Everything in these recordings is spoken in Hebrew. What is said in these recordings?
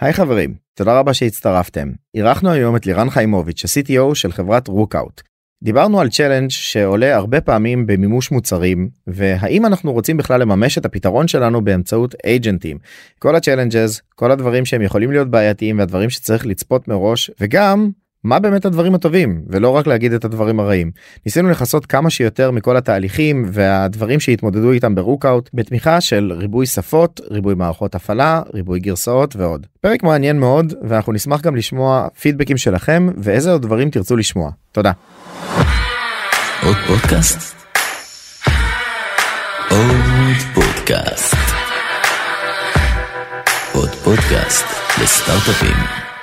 היי חברים, תודה רבה שהצטרפתם. אירחנו היום את לירן חיימוביץ', ה-CTO של חברת רוקאוט. דיברנו על צ'לנג' שעולה הרבה פעמים במימוש מוצרים, והאם אנחנו רוצים בכלל לממש את הפתרון שלנו באמצעות אייג'נטים. כל הצ'לנג'ז, כל הדברים שהם יכולים להיות בעייתיים והדברים שצריך לצפות מראש, וגם מה באמת הדברים הטובים, ולא רק להגיד את הדברים הרעים. ניסינו לחסות כמה שיותר מכל התהליכים והדברים שהתמודדו איתם ברוקאוט, בתמיכה של ריבוי שפות, ריבוי מערכות הפעלה, ריבוי גרסאות ועוד. פרק מעניין מאוד, ואנחנו נשמח גם לשמוע פידבקים שלכם, ואיזה עוד דברים תרצו לשמוע. תודה. עוד פודקאסט? עוד פודקאסט. עוד פודקאסט לסטארט-אפים.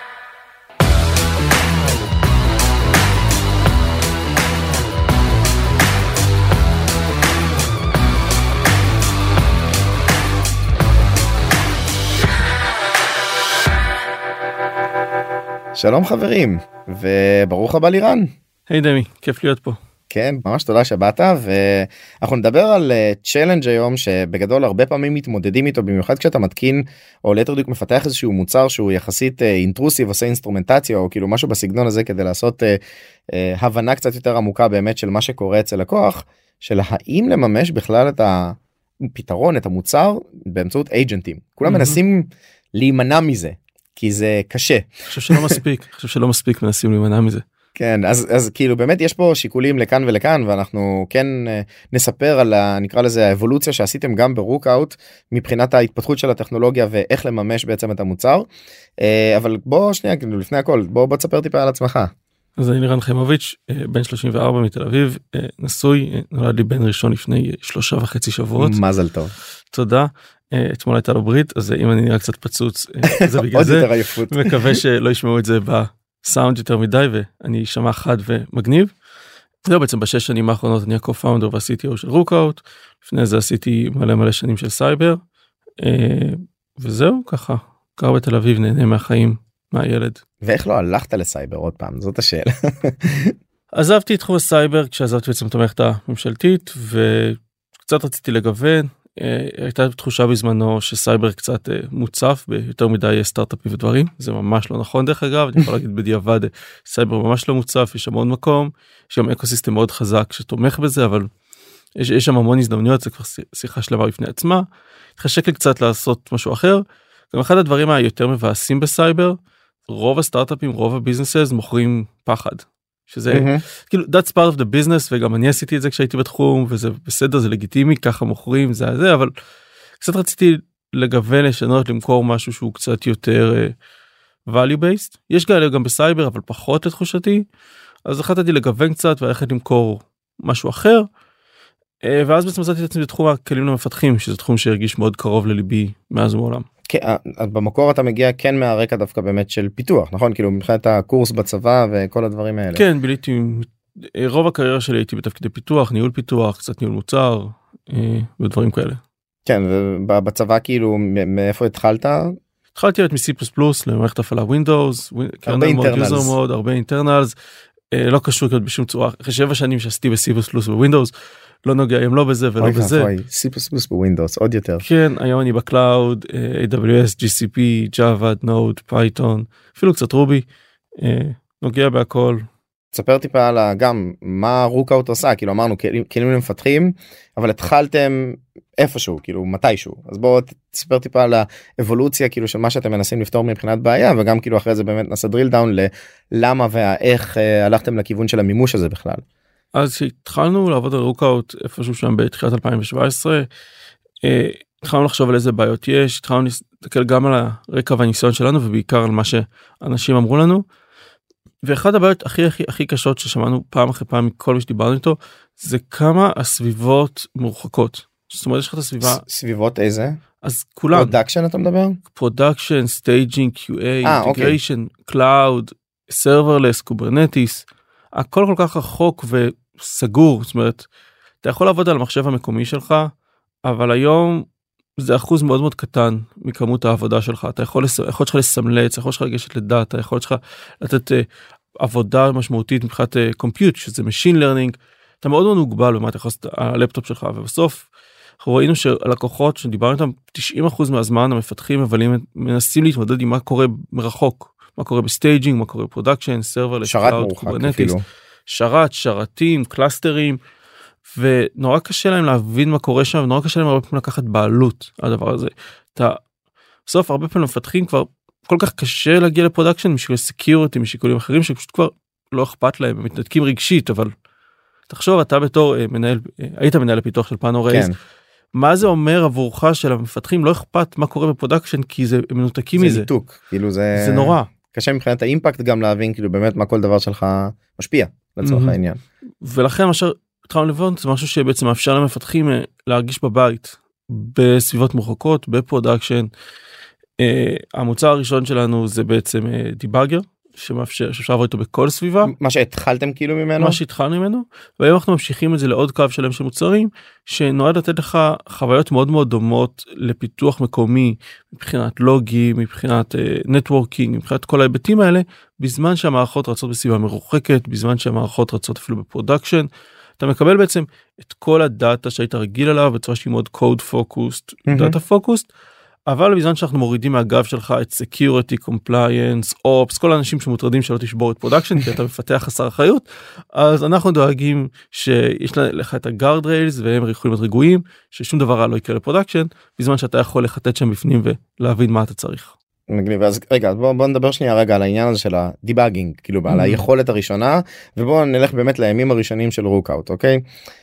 שלום חברים, וברוך הבא לירן. היי דמי, כיף להיות פה. כן, ממש תודה שבאת, ואנחנו נדבר על צ'לנג' היום שבגדול הרבה פעמים מתמודדים איתו, במיוחד כשאתה מתקין או ליתר דיוק מפתח איזשהו מוצר שהוא יחסית אינטרוסיב, עושה אינסטרומנטציה או כאילו משהו בסגנון הזה כדי לעשות הבנה קצת יותר עמוקה באמת של מה שקורה אצל לקוח, של האם לממש בכלל את הפתרון, את המוצר באמצעות אייג'נטים. כולם מנסים להימנע מזה, כי זה קשה. אני חושב שלא מספיק מנסים להימנע מזה. כן, אז כאילו באמת יש פה שיקולים לכאן ולכאן, ואנחנו כן נספר על נקרא לזה האבולוציה שעשיתם גם ברוקאוט, מבחינת ההתפתחות של הטכנולוגיה ואיך לממש בעצם את המוצר. אבל בוא שנייה, לפני הכל, בוא תספר טיפה על עצמך. אז אני לירן חיימוביץ', בן 34 מתל אביב, נשוי, נולד לי בן ראשון לפני 3.5 שבועות. מזל טוב. תודה. אתמול הייתה לו ברית, אז אם אני נראה קצת פצוץ, זה בגלל זה. מקווה שלא ישמעו את זה בסאונד יותר מדי, ואני אשמע חד ומגניב. זהו, בעצם בשש שנים האחרונות אני ה-co-founder וה-CTO של רוקאוט, לפני זה עשיתי מלא שנים של סייבר, וזהו, ככה, גר בתל אביב, נהנה מהחיים, מהילד. ואיך לא הלכת לסייבר עוד פעם? זאת השאלה. עזבתי את תחום הסייבר, כשעזבתי בעצם את המערכת הממשלתית, וקצת רציתי לגוון, הייתה תחושה בזמנו שסייבר קצת מוצף ביותר מדי סטארט-אפים ודברים, זה ממש לא נכון דרך אגב, אני יכול להגיד בדיעבד, סייבר ממש לא מוצף, יש המון מקום, יש גם אקוסיסטם מאוד חזק שתומך בזה, אבל יש שם המון הזדמנויות, זה כבר שיחה שלמה בפני עצמה, התחשק לי קצת לעשות משהו אחר, גם אחד הדברים היותר מבאסים בסייבר, רוב הסטארט-אפים, רוב הביזנסס מוכרים פחד, שזה כאילו that's part of the business, וגם אני עשיתי את זה כשהייתי בתחום, וזה בסדר, זה לגיטימי, ככה מוכרים, זה, אבל קצת רציתי לגוון, לשנות, למכור משהו שהוא קצת יותר value based, יש כאלה גם בסייבר, אבל פחות לתחושתי, אז החלטתי לגוון קצת, ולכת למכור משהו אחר, ואז בעצם מצאתי את עצמי בתחום הכלים למפתחים, שזה תחום שהרגיש מאוד קרוב לליבי מאז ומעולם. כן, במקור אתה מגיע כן מהרקע דווקא באמת של פיתוח, נכון? כאילו מבחינת הקורס בצבא וכל הדברים האלה. כן, ביליתי, רוב הקריירה שלי הייתי בתפקידי פיתוח, ניהול פיתוח, קצת ניהול מוצר, ודברים כאלה. כן, ובצבא כאילו מאיפה התחלת? התחלתי להיות מ-C++ למערכת הפעלה Windows, הרבה אינטרנלס. הרבה אינטרנלס, לא קשור להיות בשום צורה, אחרי 7 שנים שעשיתי ב-C++ ו-Windows, לא נוגע היום לא בזה ולא בזה. C++ בווינדוס עוד יותר. כן, היום אני בקלאוד, AWS, GCP, Java, Node, Python, אפילו קצת רובי, נוגע בהכל. תספר טיפה על גם מה רוקאוט עושה, כאילו אמרנו כלים למפתחים, אבל התחלתם איפשהו, כאילו מתישהו. אז בואו תספר טיפה על האבולוציה כאילו של מה שאתם מנסים לפתור מבחינת בעיה, וגם כאילו אחרי זה באמת נעשה drill down ללמה ואיך הלכתם לכיוון של המימוש הזה בכלל. אז כשהתחלנו לעבוד על רוקאוט איפשהו שם בתחילת 2017, התחלנו לחשוב על איזה בעיות יש, התחלנו להסתכל גם על הרקע והניסיון שלנו, ובעיקר על מה שאנשים אמרו לנו, ואחת הבעיות הכי קשות ששמענו פעם אחרי פעם מכל מי שדיברנו איתו, זה כמה הסביבות מורחקות. זאת אומרת, יש לך את הסביבה... סביבות איזה? אז כולם. פרודקשן אתה מדבר? פרודקשן, סטייג'ינג, QA, אינטגריישן, קלאוד, סרברלס, קוברנטיס, הכל כל כך רחוק וסגור, זאת אומרת, אתה יכול לעבוד על המחשב המקומי שלך, אבל היום זה אחוז מאוד מאוד קטן מכמות העבודה שלך, אתה יכול שלך לסמלץ, יכול שלך לגשת לדאטה, יכול שלך לתת עבודה משמעותית מבחינת compute, שזה machine learning, אתה מאוד מאוד מוגבל במה אתה יכול לעשות על הלפטופ שלך, ובסוף אנחנו ראינו שהלקוחות שדיברנו איתם 90% מהזמן המפתחים מנסים להתמודד עם מה קורה מרחוק, מה קורה בסטייג'ינג, מה קורה בפרודקשן, סרבר, שרת מורחק אפילו. שרתים, קלאסטרים, ונורא קשה להם להבין מה קורה שם, ונורא קשה להם הרבה פעמים לקחת בעלות על הדבר הזה. בסוף הרבה פעמים מפתחים כבר כל כך קשה להגיע לפרודקשן משיקולי סקיוריטי, משיקולים אחרים שפשוט כבר לא אכפת להם, הם מתנתקים רגשית, אבל תחשוב, אתה בתור מנהל, היית מנהל הפיתוח של פאנורייז, כן. מה זה אומר עבורך של המפתחים? לא אכפת מה קורה בפרודקשן, כי הם מנותקים מזה. זה ניתוק, כאילו זה נורא. קשה מבחינת האימפקט גם להבין כאילו באמת מה כל דבר שלך משפיע לצורך העניין. ולכן מה שהתחלנו לבנות זה משהו שבעצם מאפשר למפתחים להרגיש בבית, בסביבות מורחקות, בפרודקשן. המוצר הראשון שלנו זה בעצם דיבאגר, שאפשר לעבור איתו בכל סביבה. מה שהתחלתם כאילו ממנו? מה שהתחלנו ממנו, והיום אנחנו ממשיכים את זה לעוד קו שלם של מוצרים, שנועד לתת לך חוויות מאוד מאוד דומות לפיתוח מקומי, מבחינת לוגי, מבחינת נטוורקינג, מבחינת כל ההיבטים האלה, בזמן שהמערכות רצות בסביבה מרוחקת, בזמן שהמערכות רצות אפילו בפרודקשן, אתה מקבל בעצם את כל הדאטה שהיית רגיל עליו, בצורה שהיא מאוד code focused, data focused, אבל בזמן שאנחנו מורידים מהגב שלך את security, compliance, ops, כל האנשים שמוטרדים שלא תשבור את production, כי אתה מפתח חסר אחריות, אז אנחנו דואגים שיש לך את ה-guard rails, והם יכולים להיות רגועים, ששום דבר לא יקרה לפרודקשן, בזמן שאתה יכול לחטט שם בפנים ולהבין מה אתה צריך. מגניב. אז רגע, בוא נדבר שנייה רגע על העניין הזה של הדיבאגינג, כאילו על היכולת הראשונה, ובואו נלך באמת לימים הראשונים של רוקאוט, אוקיי?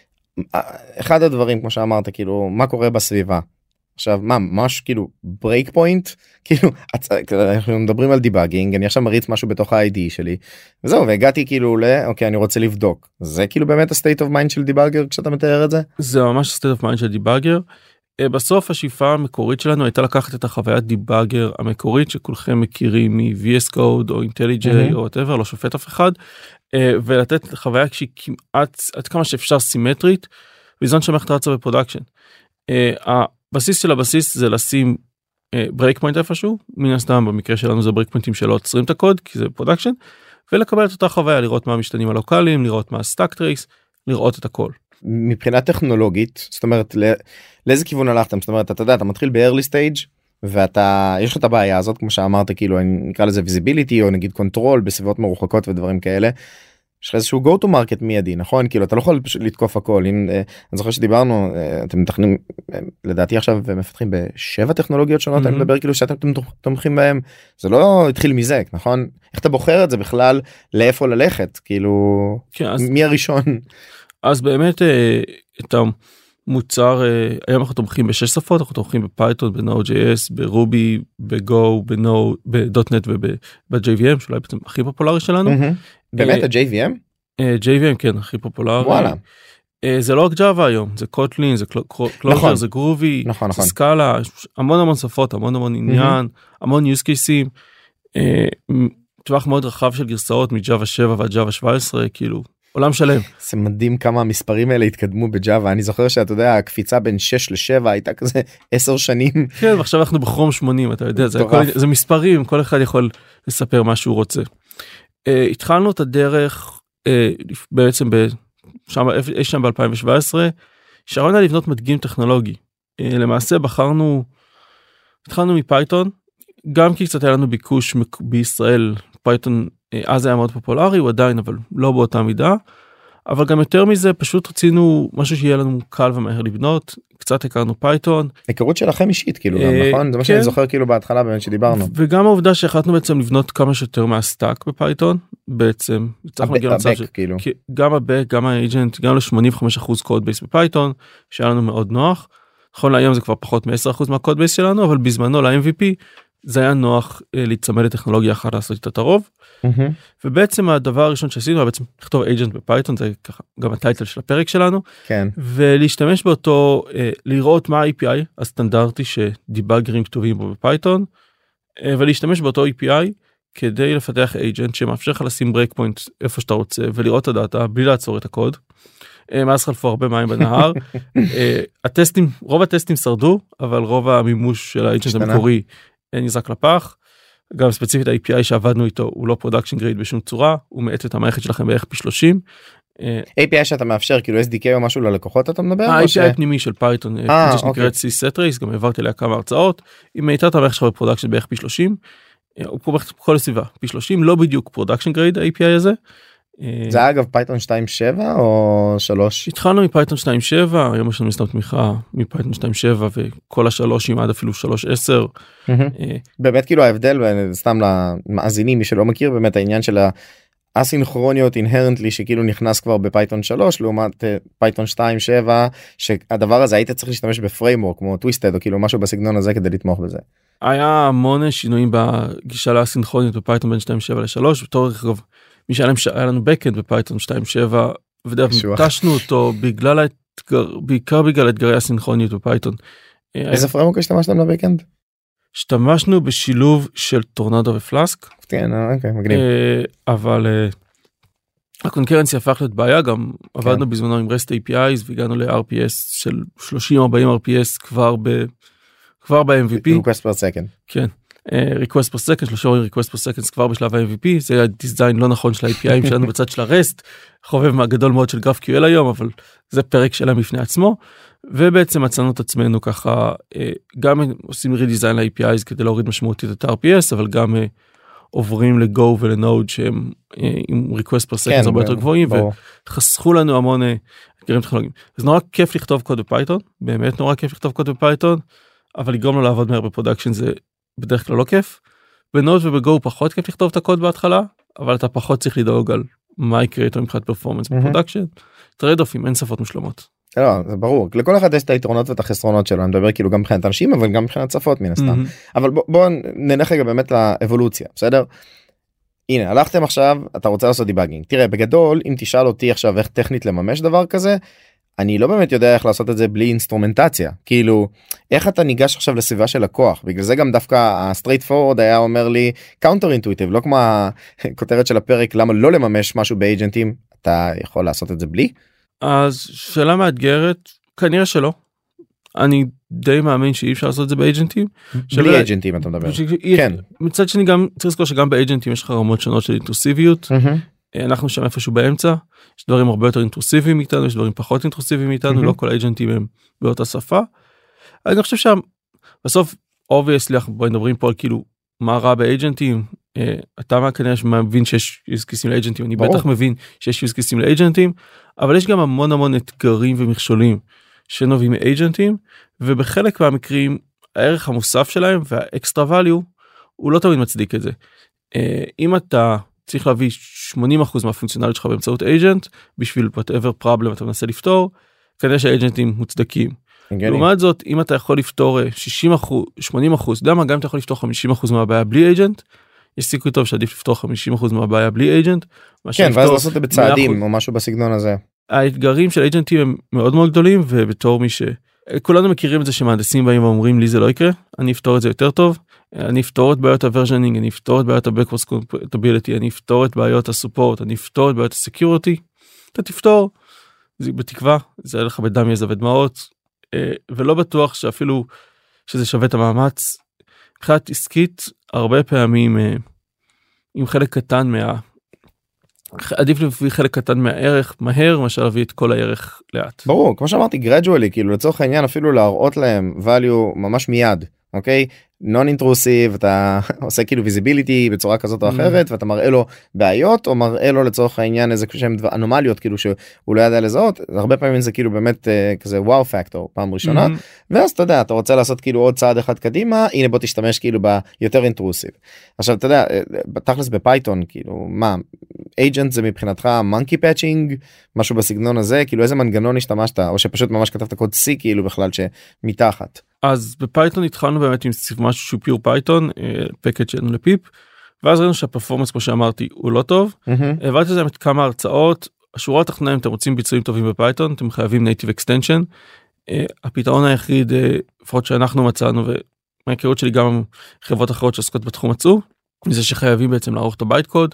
אחד הדברים, כמו שאמרת, כאילו, מה קורה בסביבה? עכשיו מה ממש כאילו ברייק פוינט, כאילו אנחנו מדברים על דיבאגינג, אני עכשיו מריץ משהו בתוך ה-ID שלי וזהו, והגעתי כאילו אוקיי, אני רוצה לבדוק, זה כאילו באמת ה-state of mind של דיבאגר כשאתה מתאר את זה? זה ממש state of mind של דיבאגר. בסוף השאיפה המקורית שלנו הייתה לקחת את החוויית דיבאגר המקורית שכולכם מכירים מ-VS Code או IntelliJ או whatever, לא שופט אף אחד, ולתת חוויה שהיא כמעט עד כמה שאפשר סימטרית בזמן שהמערכת רצה בפרודקשן. הבסיס של הבסיס זה לשים ברייק פוינט איפשהו, מן הסתם במקרה שלנו זה ברייק פוינטים שלא עוצרים את הקוד כי זה פרודקשן, ולקבל את אותה חוויה, לראות מה המשתנים הלוקליים, לראות מה הסטאק טרייס, לראות את הכל. מבחינה טכנולוגית, זאת אומרת לאיזה כיוון הלכתם? זאת אומרת אתה יודע, אתה מתחיל ב-early stage ואתה יש לך את הבעיה הזאת כמו שאמרת, כאילו נקרא לזה visibility או נגיד control בסביבות מרוחקות ודברים כאלה. יש לך איזשהו go to market מיידי, נכון? כאילו אתה לא יכול פשוט לתקוף הכל. אם אני זוכר שדיברנו, אתם מתכננים לדעתי עכשיו ומפתחים ב7 טכנולוגיות שונות, אני מדבר כאילו שאתם תומכים בהם, זה לא התחיל מזה, נכון? איך אתה בוחר את זה בכלל, לאיפה ללכת? כאילו מי הראשון? אז באמת את המוצר, היום אנחנו תומכים ב6 שפות, אנחנו תומכים בפייתון, ב-Node.js, ברובי, בגו, ב.NET וב-JVM, שאולי בעצם הכי פופולרי שלנו. באמת ה-JVM? JVM כן, הכי פופולרי. וואלה. זה לא רק Java היום, זה Kotlin, זה Clojure, זה Groovy, זה סקאלה, המון שפות, המון עניין, המון use cases, טווח מאוד רחב של גרסאות מ-Java 7 ועד Java 17, כאילו עולם שלם. זה מדהים כמה המספרים האלה התקדמו בג'אווה, אני זוכר שאתה יודע הקפיצה בין 6 ל7 הייתה כזה 10 שנים. כן, ועכשיו אנחנו בכרום 80, אתה יודע, זה מספרים, כל אחד יכול לספר מה שהוא רוצה. התחלנו את הדרך בעצם שם ב-2017, שהרעיון היה לבנות מדגים טכנולוגי. למעשה התחלנו מפייתון, גם כי קצת היה לנו ביקוש בישראל, פייתון אז היה מאוד פופולרי, הוא עדיין, אבל לא באותה מידה, אבל גם יותר מזה, פשוט רצינו משהו שיהיה לנו קל ומהר לבנות, קצת הכרנו פייתון. היכרות שלכם אישית, כאילו, נכון? זה מה שאני זוכר כאילו בהתחלה באמת שדיברנו. וגם העובדה שהחלטנו בעצם לבנות כמה שיותר מהסטאק בפייתון, בעצם, הבק כאילו. גם הבק, גם האג'נט, גם ל-85% קוד בייס בפייתון, שהיה לנו מאוד נוח. נכון להיום זה כבר פחות מ-10% מהקוד בייס שלנו, אבל בזמנו ל-MVP, זה היה נוח להצמד לטכנולוגיה אחת לעשות את הרוב. ובעצם הדבר הראשון שעשינו היה בעצם לכתוב agent בפייתון, זה ככה גם הטייטל של הפרק שלנו, ולהשתמש באותו, לראות מה ה-API הסטנדרטי שדיבאגרים כתובים בו בפייתון, ולהשתמש באותו API כדי לפתח agent שמאפשר לך לשים ברייק פוינט איפה שאתה רוצה, ולראות את הדאטה בלי לעצור את הקוד. מאז חלפו הרבה מים בנהר. רוב הטסטים שרדו, אבל רוב המימוש של האג'נט המקורי נזרק לפח. גם ספציפית ה-API שעבדנו איתו הוא לא פרודקשן גרייד בשום צורה, הוא מעט את המערכת שלכם בערך פי 30, API שאתה מאפשר כאילו SDK או משהו ללקוחות אתה מדבר? API פנימי של פייתון, שנקראת C-Setrace, גם העברתי עליה כמה הרצאות, אם הייתה אתה בערך שלך בפרודקשן בערך פי 30, הוא בערך כל הסביבה, פי 30, לא בדיוק פרודקשן גרייד ה-API הזה. זה אגב פייתון 2.7 או 3? התחלנו מפייתון 2.7, היום יש לנו מסתם תמיכה מפייתון 2.7 וכל השלושים עד אפילו 3.10. באמת כאילו ההבדל, סתם למאזינים, מי שלא מכיר באמת העניין של הסינכרוניות אינהרנטלי שכאילו נכנס כבר בפייתון 3 לעומת פייתון 2.7 שהדבר הזה היית צריך להשתמש בפריימורק כמו טוויסטד או כאילו משהו בסגנון הזה כדי לתמוך בזה. היה המון שינויים בגישה לאסינכרוניות בפייתון בין 2.7 ל-3 בתור רכב מי שהיה לנו בקאנד בפייתון 2.7 ודרך נטשנו אותו בעיקר בגלל אתגרי הסינכרוניות בפייתון. איזה פריימורק השתמשתם לבקאנד? השתמשנו בשילוב של טורנדו ופלאסק. כן, אוקיי, מגניב. אבל הקונקרנסי הפך להיות בעיה, גם עבדנו בזמנו עם REST APIs והגענו ל-RPS של 30-40 RPS כבר ב-MVP. Request per second. כן, Request per second, 30 Request per second כבר בשלב ה-MVP, זה היה דיזיין לא נכון של ה-APIים שלנו בצד של ה-REST, חובב מהגדול מאוד של GraphQL היום, אבל זה פרק שלהם בפני עצמו, ובעצם מצאנו את עצמנו ככה, גם עושים רידיזיין ל-APIs כדי להוריד משמעותית את ה-RPS, אבל גם עוברים ל-Go ול-Node שהם עם request per second הרבה יותר גבוהים, וחסכו לנו המון אתגרים טכנולוגיים. אז נורא כיף לכתוב קוד בפייתון, באמת נורא כיף לכתוב קוד בפייתון, אבל לגרום לו לעבוד מהר בפרודקשן זה בדרך כלל לא כיף. ב-Node וב-Go פחות כיף לכתוב את הקוד בהתחלה, אבל אתה פחות צריך לדאוג על מה יקרה איתו מבחינת פרפורמנס בפרודקשן. טרייד אופים, אין שפות משלמות. לא, זה ברור, לכל אחד יש את היתרונות ואת החסרונות שלו, אני מדבר כאילו גם מבחינת אנשים, אבל גם מבחינת שפות מן הסתם. אבל בואו נלך רגע באמת לאבולוציה, בסדר? הנה, הלכתם עכשיו, אתה רוצה לעשות דיבאגינג. תראה, בגדול, אם תשאל אותי עכשיו איך טכנית לממש דבר כזה, אני לא באמת יודע איך לעשות את זה בלי אינסטרומנטציה. כאילו, איך אתה ניגש עכשיו לסביבה של לקוח? בגלל זה גם דווקא הסטרייט פורוורד היה אומר לי קאונטר אינטואיטיב, לא כמו הכותרת של הפרק, למה לא לממש משהו באג'נטים, אתה יכול לעשות את זה בלי? אז שאלה מאתגרת, כנראה שלא. אני די מאמין שאי אפשר לעשות את זה באג'נטים. בלי אג'נטים אתה מדבר. כן. מצד שני גם צריך לזכור שגם באג'נטים יש לך רמות שונות של אינטרוסיביות. אנחנו שם איפשהו באמצע. יש דברים הרבה יותר אינטרוסיביים איתנו, יש דברים פחות אינטרוסיביים איתנו, לא כל האג'נטים הם באותה שפה. אני חושב שבסוף, obviously, בואי נדברים פה על כאילו מה רע באג'נטים. אתה כנראה מבין שיש use cases לאג'נטים, אני בטח מבין שיש use cases לאג'נטים, אבל יש גם המון אתגרים ומכשולים שנובעים מאג'נטים, ובחלק מהמקרים הערך המוסף שלהם והאקסטרה value הוא לא תמיד מצדיק את זה. אם אתה צריך להביא 80% מהפונקציונליות שלך באמצעות agent, בשביל whatever problem אתה מנסה לפתור, כנראה שהאג'נטים מוצדקים. לעומת זאת, אם אתה יכול לפתור 60%, 80%, יודע מה, גם אם אתה יכול לפתור 50% מהבעיה בלי agent, יש סיכוי טוב שעדיף לפתור 50% מהבעיה בלי agent. כן, ואז לעשות את זה בצעדים או משהו בסגנון הזה. האתגרים של אג'נטים הם מאוד מאוד גדולים, ובתור מי כולנו מכירים את זה שמהנדסים באים ואומרים לי זה לא יקרה, אני אפתור את זה יותר טוב, אני אפתור את בעיות הוורז'נינג, אני אפתור את בעיות ה-backwards compatibility, אני אפתור את בעיות הסופורט, אני אפתור את בעיות הסקיוריטי, אתה תפתור, זה בתקווה, זה היה לך בדם יזע ודמעות, ולא בטוח שאפילו שזה שווה את המאמץ. מבחינת עסקית, הרבה פעמים עם חלק קטן עדיף להביא חלק קטן מהערך מהר, מאשר להביא את כל הערך לאט. ברור, כמו שאמרתי, gradually, כאילו לצורך העניין אפילו להראות להם value ממש מיד, אוקיי? non-intrusive, אתה עושה כאילו visibility בצורה כזאת או אחרת, ואתה מראה לו בעיות, או מראה לו לצורך העניין איזה שהם אנומליות, כאילו שהוא לא ידע לזהות, הרבה פעמים זה כאילו באמת כזה וואו פקטור, פעם ראשונה, ואז אתה יודע, אתה רוצה לעשות כאילו עוד צעד אחד קדימה, הנה בוא תשתמש כאילו ביותר אינטרוסיב. עכשיו אתה יודע, תכלס בפייתון, כאילו מה, agent זה מבחינתך monkey patching, משהו בסגנון הזה, כאילו איזה מנגנון השתמשת, או שפשוט ממש כתבת קוד C כאילו בכלל שמתחת. אז בפייתון התחלנו באמת עם משהו שהוא פיור פייתון, פקאג' שלנו לפיפ, ואז ראינו שהפרפורמנס כמו שאמרתי הוא לא טוב, העברתי להם את כמה הרצאות, השורה התחתונה אם אתם רוצים ביצועים טובים בפייתון, אתם חייבים native extension, הפתרון היחיד, לפחות שאנחנו מצאנו, ומההיכרות שלי גם חברות אחרות שעוסקות בתחום מצאו, זה שחייבים בעצם לערוך את הבייט קוד,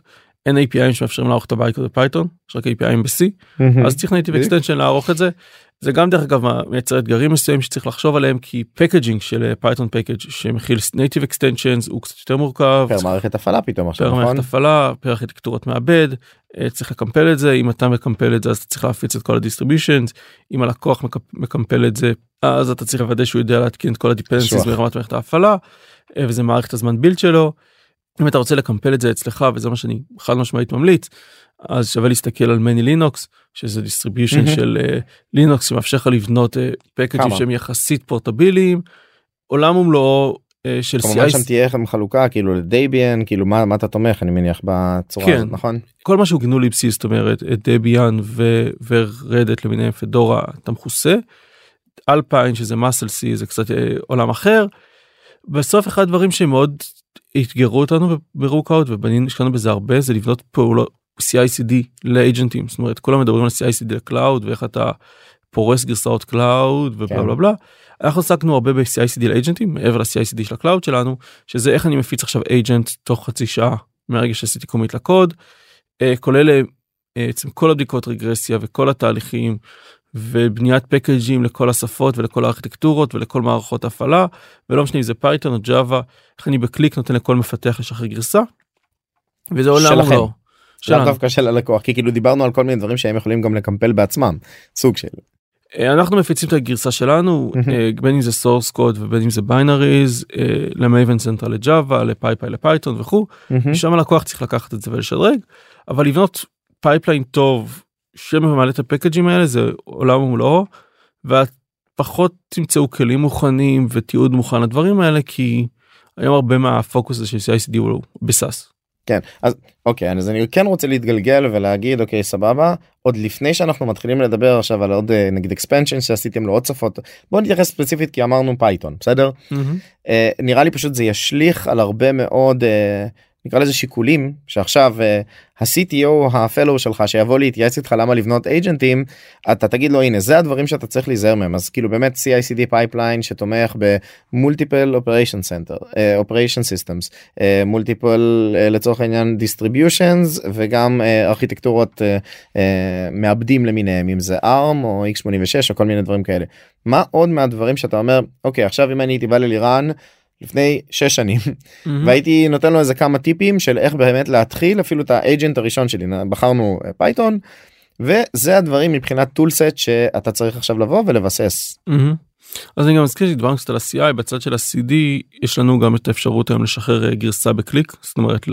אין API'ים שמאפשרים לערוך את הבייקוד בפייתון, יש רק API'ים ב-C, אז צריך native extension לערוך את זה. זה גם דרך אגב מייצר אתגרים מסוימים שצריך לחשוב עליהם, כי פקאג'ינג של פייתון פקאג' שמכיל native extensions הוא קצת יותר מורכב. פר מערכת הפעלה פתאום עכשיו, נכון? פר מערכת הפעלה, פר ארכיטקטורת מעבד, צריך לקמפל את זה, אם אתה מקמפל את זה אז אתה צריך להפיץ את כל הדיסטריביושנס, אם הלקוח מקמפל את זה, אז אתה צריך לוודא שהוא יודע להתקין את כל הדיפנדנסיז ברמת מערכת ההפעלה, וזה מערכת הזמן בילד שלו. אם אתה רוצה לקמפל את זה אצלך, וזה מה שאני חד משמעית ממליץ, אז שווה להסתכל על מני לינוקס, שזה דיסטריביושן של לינוקס, שמאפשר לך לבנות פקאג'ים שהם יחסית פורטביליים, עולם ומלואו של CI. כמובן שם תהיה חלוקה, כאילו לדייביאן, כאילו מה אתה תומך, אני מניח בצורה הזאת, נכון? כל מה שהוגנו לבסיס, זאת אומרת, דייביאן ורדט למיניהם, פדורה, אתה מכוסה, אלפיין, שזה מסל C, זה קצת עולם אחר. בסוף אחד הדברים שמאוד התגרו אותנו ברוקאוט, ובנינו בזה הרבה, זה לבנות פעולות CI/CD לאג'נטים, זאת אומרת, כולם מדברים על CI/CD לקלאוד, ואיך אתה פורס גרסאות קלאוד, ובלה בלה בלה. אנחנו עסקנו הרבה ב-CI/CD לאג'נטים, מעבר ל-CI/CD של הקלאוד שלנו, שזה איך אני מפיץ עכשיו אג'נט תוך חצי שעה, מהרגע שעשיתי קומיט לקוד, כולל בעצם כל הבדיקות רגרסיה, וכל התהליכים, ובניית פקאג'ים לכל השפות, ולכל הארכיטקטורות, ולכל מערכות הפעלה, ולא משנה אם זה פייתון או ג'אווה, איך אני בקליק נותן לכל מפתח לשחרר גרסה, וזה עולם לא. שלנו דווקא של הלקוח, כי כאילו דיברנו על כל מיני דברים שהם יכולים גם לקמפל בעצמם, סוג של. אנחנו מפיצים את הגרסה שלנו, בין אם זה source code ובין אם זה binaries, למייבן סנטרל לג'אווה, לפייפליין לפייתון וכו', שם הלקוח צריך לקחת את זה ולשדרג, אבל לבנות פייפליין טוב, שממלא את הפקאג'ים האלה, זה עולם ומלואו, ופחות תמצאו כלים מוכנים ותיעוד מוכן לדברים האלה, כי היום הרבה מהפוקוס הזה של CI/CD הוא בסאס. כן, אז אוקיי, אז אני כן רוצה להתגלגל ולהגיד, אוקיי, סבבה, עוד לפני שאנחנו מתחילים לדבר עכשיו על עוד נגיד expansion שעשיתם לו עוד שפות, בואו נתייחס ספציפית כי אמרנו פייתון, בסדר? נראה לי פשוט זה ישליך על הרבה מאוד, נקרא לזה שיקולים, שעכשיו ה-CTO הפלו שלך שיבוא להתייעץ איתך למה לבנות אג'נטים, אתה תגיד לו הנה זה הדברים שאתה צריך להיזהר מהם, אז כאילו באמת CI/CD pipeline שתומך ב-multiple operation systems, multiple לצורך העניין distributions וגם ארכיטקטורות מעבדים למיניהם, אם זה ARM או x86 או כל מיני דברים כאלה. מה עוד מהדברים שאתה אומר, אוקיי עכשיו אם אני הייתי בא ללירן לפני 6 שנים והייתי נותן לו איזה כמה טיפים של איך באמת להתחיל אפילו את האג'נט הראשון שלי, בחרנו פייתון וזה הדברים מבחינת טולסט שאתה צריך עכשיו לבוא ולבסס. אז אני גם מזכיר שדברנו קצת על ה-CI, בצד של ה-CD יש לנו גם את האפשרות היום לשחרר גרסה בקליק, זאת אומרת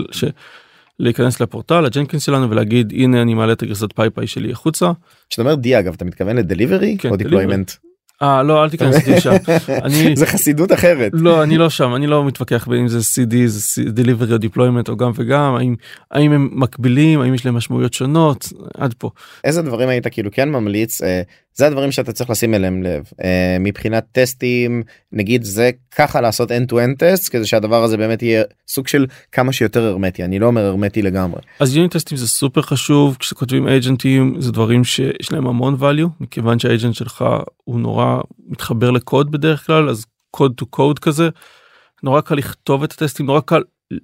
להיכנס לפורטל, לג'נקינס שלנו ולהגיד הנה אני מעלה את הגרסת פייפאי שלי החוצה. כשאתה אומר D אגב אתה מתכוון לדליברי או דיפלוימנט? לא, אל תיכנס אותי שם. זה חסידות אחרת. לא, אני לא שם, אני לא מתווכח בין אם זה CD, זה Delivery או Deployment או גם וגם, האם הם מקבילים, האם יש להם משמעויות שונות, עד פה. איזה דברים היית כאילו כן ממליץ, זה הדברים שאתה צריך לשים אליהם לב, מבחינת טסטים, נגיד זה ככה לעשות end-to-end טסט, כדי שהדבר הזה באמת יהיה סוג של כמה שיותר הרמטי, אני לא אומר הרמטי לגמרי. אז יוניט טסטים זה סופר חשוב, כשכותבים אג'נטים זה דברים שיש להם המון value, מכיוון שהאג'נט שלך הוא נורא מתחבר לקוד בדרך כלל, אז קוד to code כזה, נורא קל לכתוב את הטסטים, נורא קל,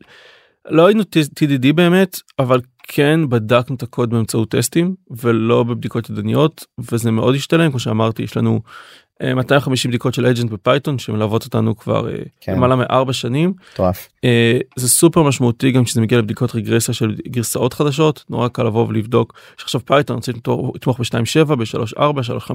לא היינו TDD באמת, אבל כן בדקנו את הקוד באמצעות טסטים, ולא בבדיקות ידניות, וזה מאוד השתלם, כמו שאמרתי, יש לנו 250 בדיקות של אג'נט בפייתון, שמלוות אותנו כבר למעלה מ4 שנים. טוב. זה סופר משמעותי, גם כשזה מגיע לבדיקות רגרסיה של גרסאות חדשות, נורא קל לבוא ולבדוק, יש עכשיו פייתון, רוצה לתמוך ב-2.7, ב-3.4, 3.5, 3.6,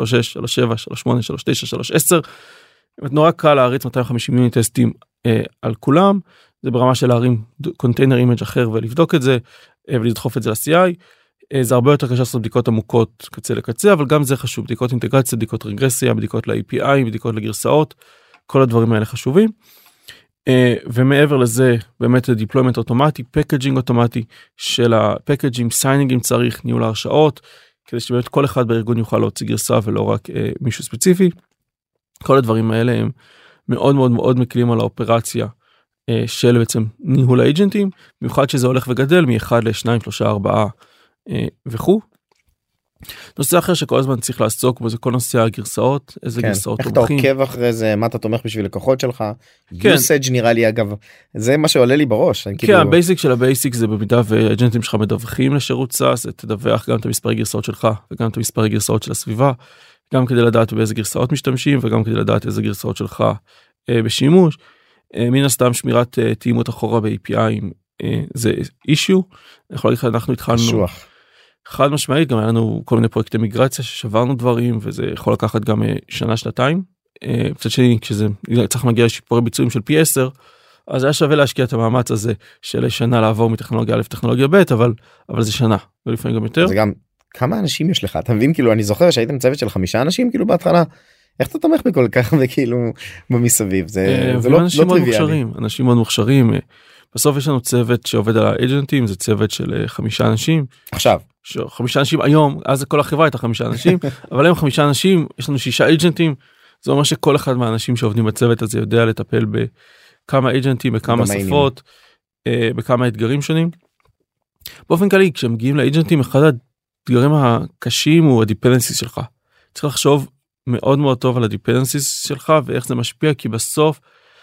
3.7, 3.8, 3.9, 3.10, נורא קל להריץ 250 יוניט טסטים על כולם, זה ברמה של להרים קונטיינר אימג' אחר ולבדוק את זה, ולדחוף את זה ל-CI, זה הרבה יותר קשה לעשות בדיקות עמוקות קצה לקצה, אבל גם זה חשוב, בדיקות אינטגרציה, בדיקות רגרסיה, בדיקות ל-API, בדיקות לגרסאות, כל הדברים האלה חשובים. ומעבר לזה, באמת דיפלוימנט אוטומטי, פקאג'ינג אוטומטי של הפקאג'ים, סיינינגים צריך, ניהול ההרשאות, כדי שבאמת כל אחד בארגון יוכל להוציא גרסה ולא רק מישהו ספציפי. כל הדברים האלה הם מאוד מאוד מאוד מקלים על האופרציה של בעצם ניהול האג'נטים, במיוחד שזה הולך וגדל מ1 ל2, 3, 4 וכו'. נושא אחר שכל הזמן צריך לעסוק בו זה כל נושא הגרסאות, איזה גרסאות תומכים. איך אתה עוקב אחרי זה, מה אתה תומך בשביל לקוחות שלך, usage נראה לי אגב, זה מה שעולה לי בראש. כן, הבייסיק של הבייסיק זה במידה והאג'נטים שלך מדווחים לשירות סאס, תדווח גם את המספרי גרסאות שלך וגם את המספרי גרסאות של הסביבה, גם כדי לדעת באיזה גרסאות משתמשים וגם כדי לדעת איזה גרסאות שלך בשימוש. מן הסתם שמירת תאימות אחורה ב-API זה אישיו, אני יכול להגיד לך, אנחנו התחלנו חד משמעית, גם היה לנו כל מיני פרויקטי מיגרציה ששברנו דברים, וזה יכול לקחת גם שנה, שנתיים. מצד שני, כשזה צריך להגיע לשיפורי ביצועים של פי 10, אז היה שווה להשקיע את המאמץ הזה של שנה לעבור מטכנולוגיה א' לטכנולוגיה ב', אבל זה שנה, ולפעמים גם יותר. זה גם, כמה אנשים יש לך? אתה מבין, כאילו, אני זוכר שהייתם צוות של 5 אנשים, כאילו, בהתחלה, איך אתה תומך בכל כך, וכאילו, במסביב, זה לא טריוויאלי. אנשים מאוד מוכשרים, בסוף יש לנו צוות שעובד על האג'נטים, זה צוות של 5 אנשים. עכשיו. 5 אנשים היום, אז כל החברה הייתה 5 אנשים, אבל היום 5 אנשים, יש לנו 6 אג'נטים, זה אומר שכל אחד מהאנשים שעובדים בצוות הזה יודע לטפל בכמה אג'נטים, בכמה שפות, בכמה אתגרים שונים. באופן כללי, כשהם מגיעים לאג'נטים, אחד האתגרים הקשים הוא הדיפנדנסיס שלך. צריך לחשוב מאוד מאוד טוב על הדיפנדנסיס שלך, ואיך זה משפיע, כי בסוף,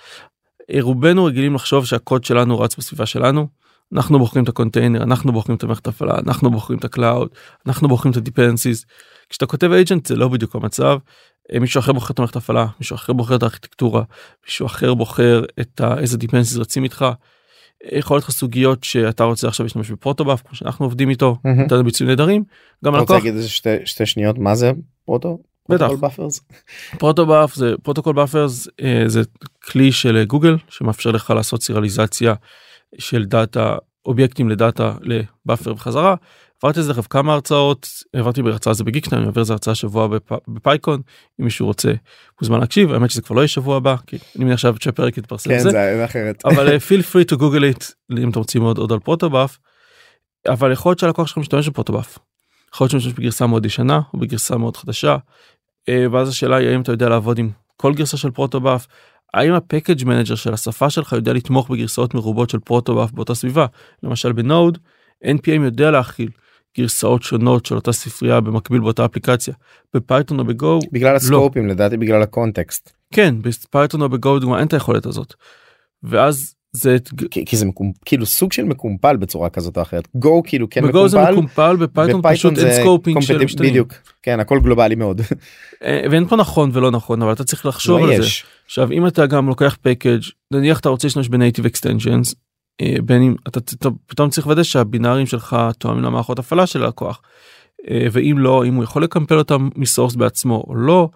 רובנו רגילים לחשוב שהקוד שלנו רץ בסביבה שלנו, אנחנו בוחרים את הקונטיינר, אנחנו בוחרים את המערכת הפעלה, אנחנו בוחרים את הקלאוד, אנחנו בוחרים את הדיפנדנסיס. כשאתה כותב אג'נט זה לא בדיוק המצב, מישהו אחר בוחר את המערכת הפעלה, מישהו אחר בוחר את הארכיטקטורה, מישהו אחר בוחר את איזה דיפנדנסיס רצים איתך. יכול להיות לך סוגיות שאתה רוצה עכשיו להשתמש בפרוטובאף, כמו שאנחנו עובדים איתו, נתנו ביצועים נהדרים. אתה רוצה להגיד איזה שתי שניות, מה זה פרוטו? בטח. פרוטובאף זה פרוטוקול באפרס, זה כלי של גוגל שמאפשר לך לעשות סיריאליזציה של דאטה, אובייקטים לדאטה לבאפר וחזרה. עברתי איזה כמה הרצאות, עברתי בהרצאה זה בגיקסטיים, אני עובר איזה הרצאה שבוע בפייקון, אם מישהו רוצה מוזמן להקשיב, האמת שזה כבר לא יהיה שבוע הבא, כי אני מניח שהפרק יתפרסם כן, זה אחרת. אבל feel free to google it, אם אתם רוצים עוד על פרוטובאף, אבל יכול להיות שהלקוח שלך משתמש בפרוטובאף, יכול להיות שמשתמש בגרסה מאוד ישנה, או בגרסה מאוד חדשה, ואז השאלה היא האם אתה יודע לעבוד עם כל גרסה של פרוטובאף, האם הפקאג' מנג'ר של השפה שלך יודע לתמוך בגרסאות מרובות של פרוטובאף באותה סביבה, למשל בנוד, NPM יודע להכיל גרסאות שונות של אותה ספרייה במקביל באותה אפליקציה, בפייתון או בגו, בגלל הסקופים, לדעתי בגלל הקונטקסט. כן, בפייתון או בגו דוגמה אין את היכולת הזאת, ואז זה כי זה כאילו סוג של מקומפל בצורה כזאת או אחרת. גו כאילו כן מקומפל. בגו זה מקומפל, בפייתון פשוט אין סקופינג של משתנים. בדיוק, כן, הכל גלובלי מאוד. ואין פה נכון ולא נכון, אבל אתה צריך לחשוב על זה. עכשיו, אם אתה גם לוקח פקאג', נניח אתה רוצה לשמש בנייטיב אקסטנשנס, בין אם אתה פתאום צריך לוודא שהבינארים שלך תואמים למערכות הפעלה של הלקוח, ואם לא, אם הוא יכול לקמפל אותם מסורס בעצמו או לא,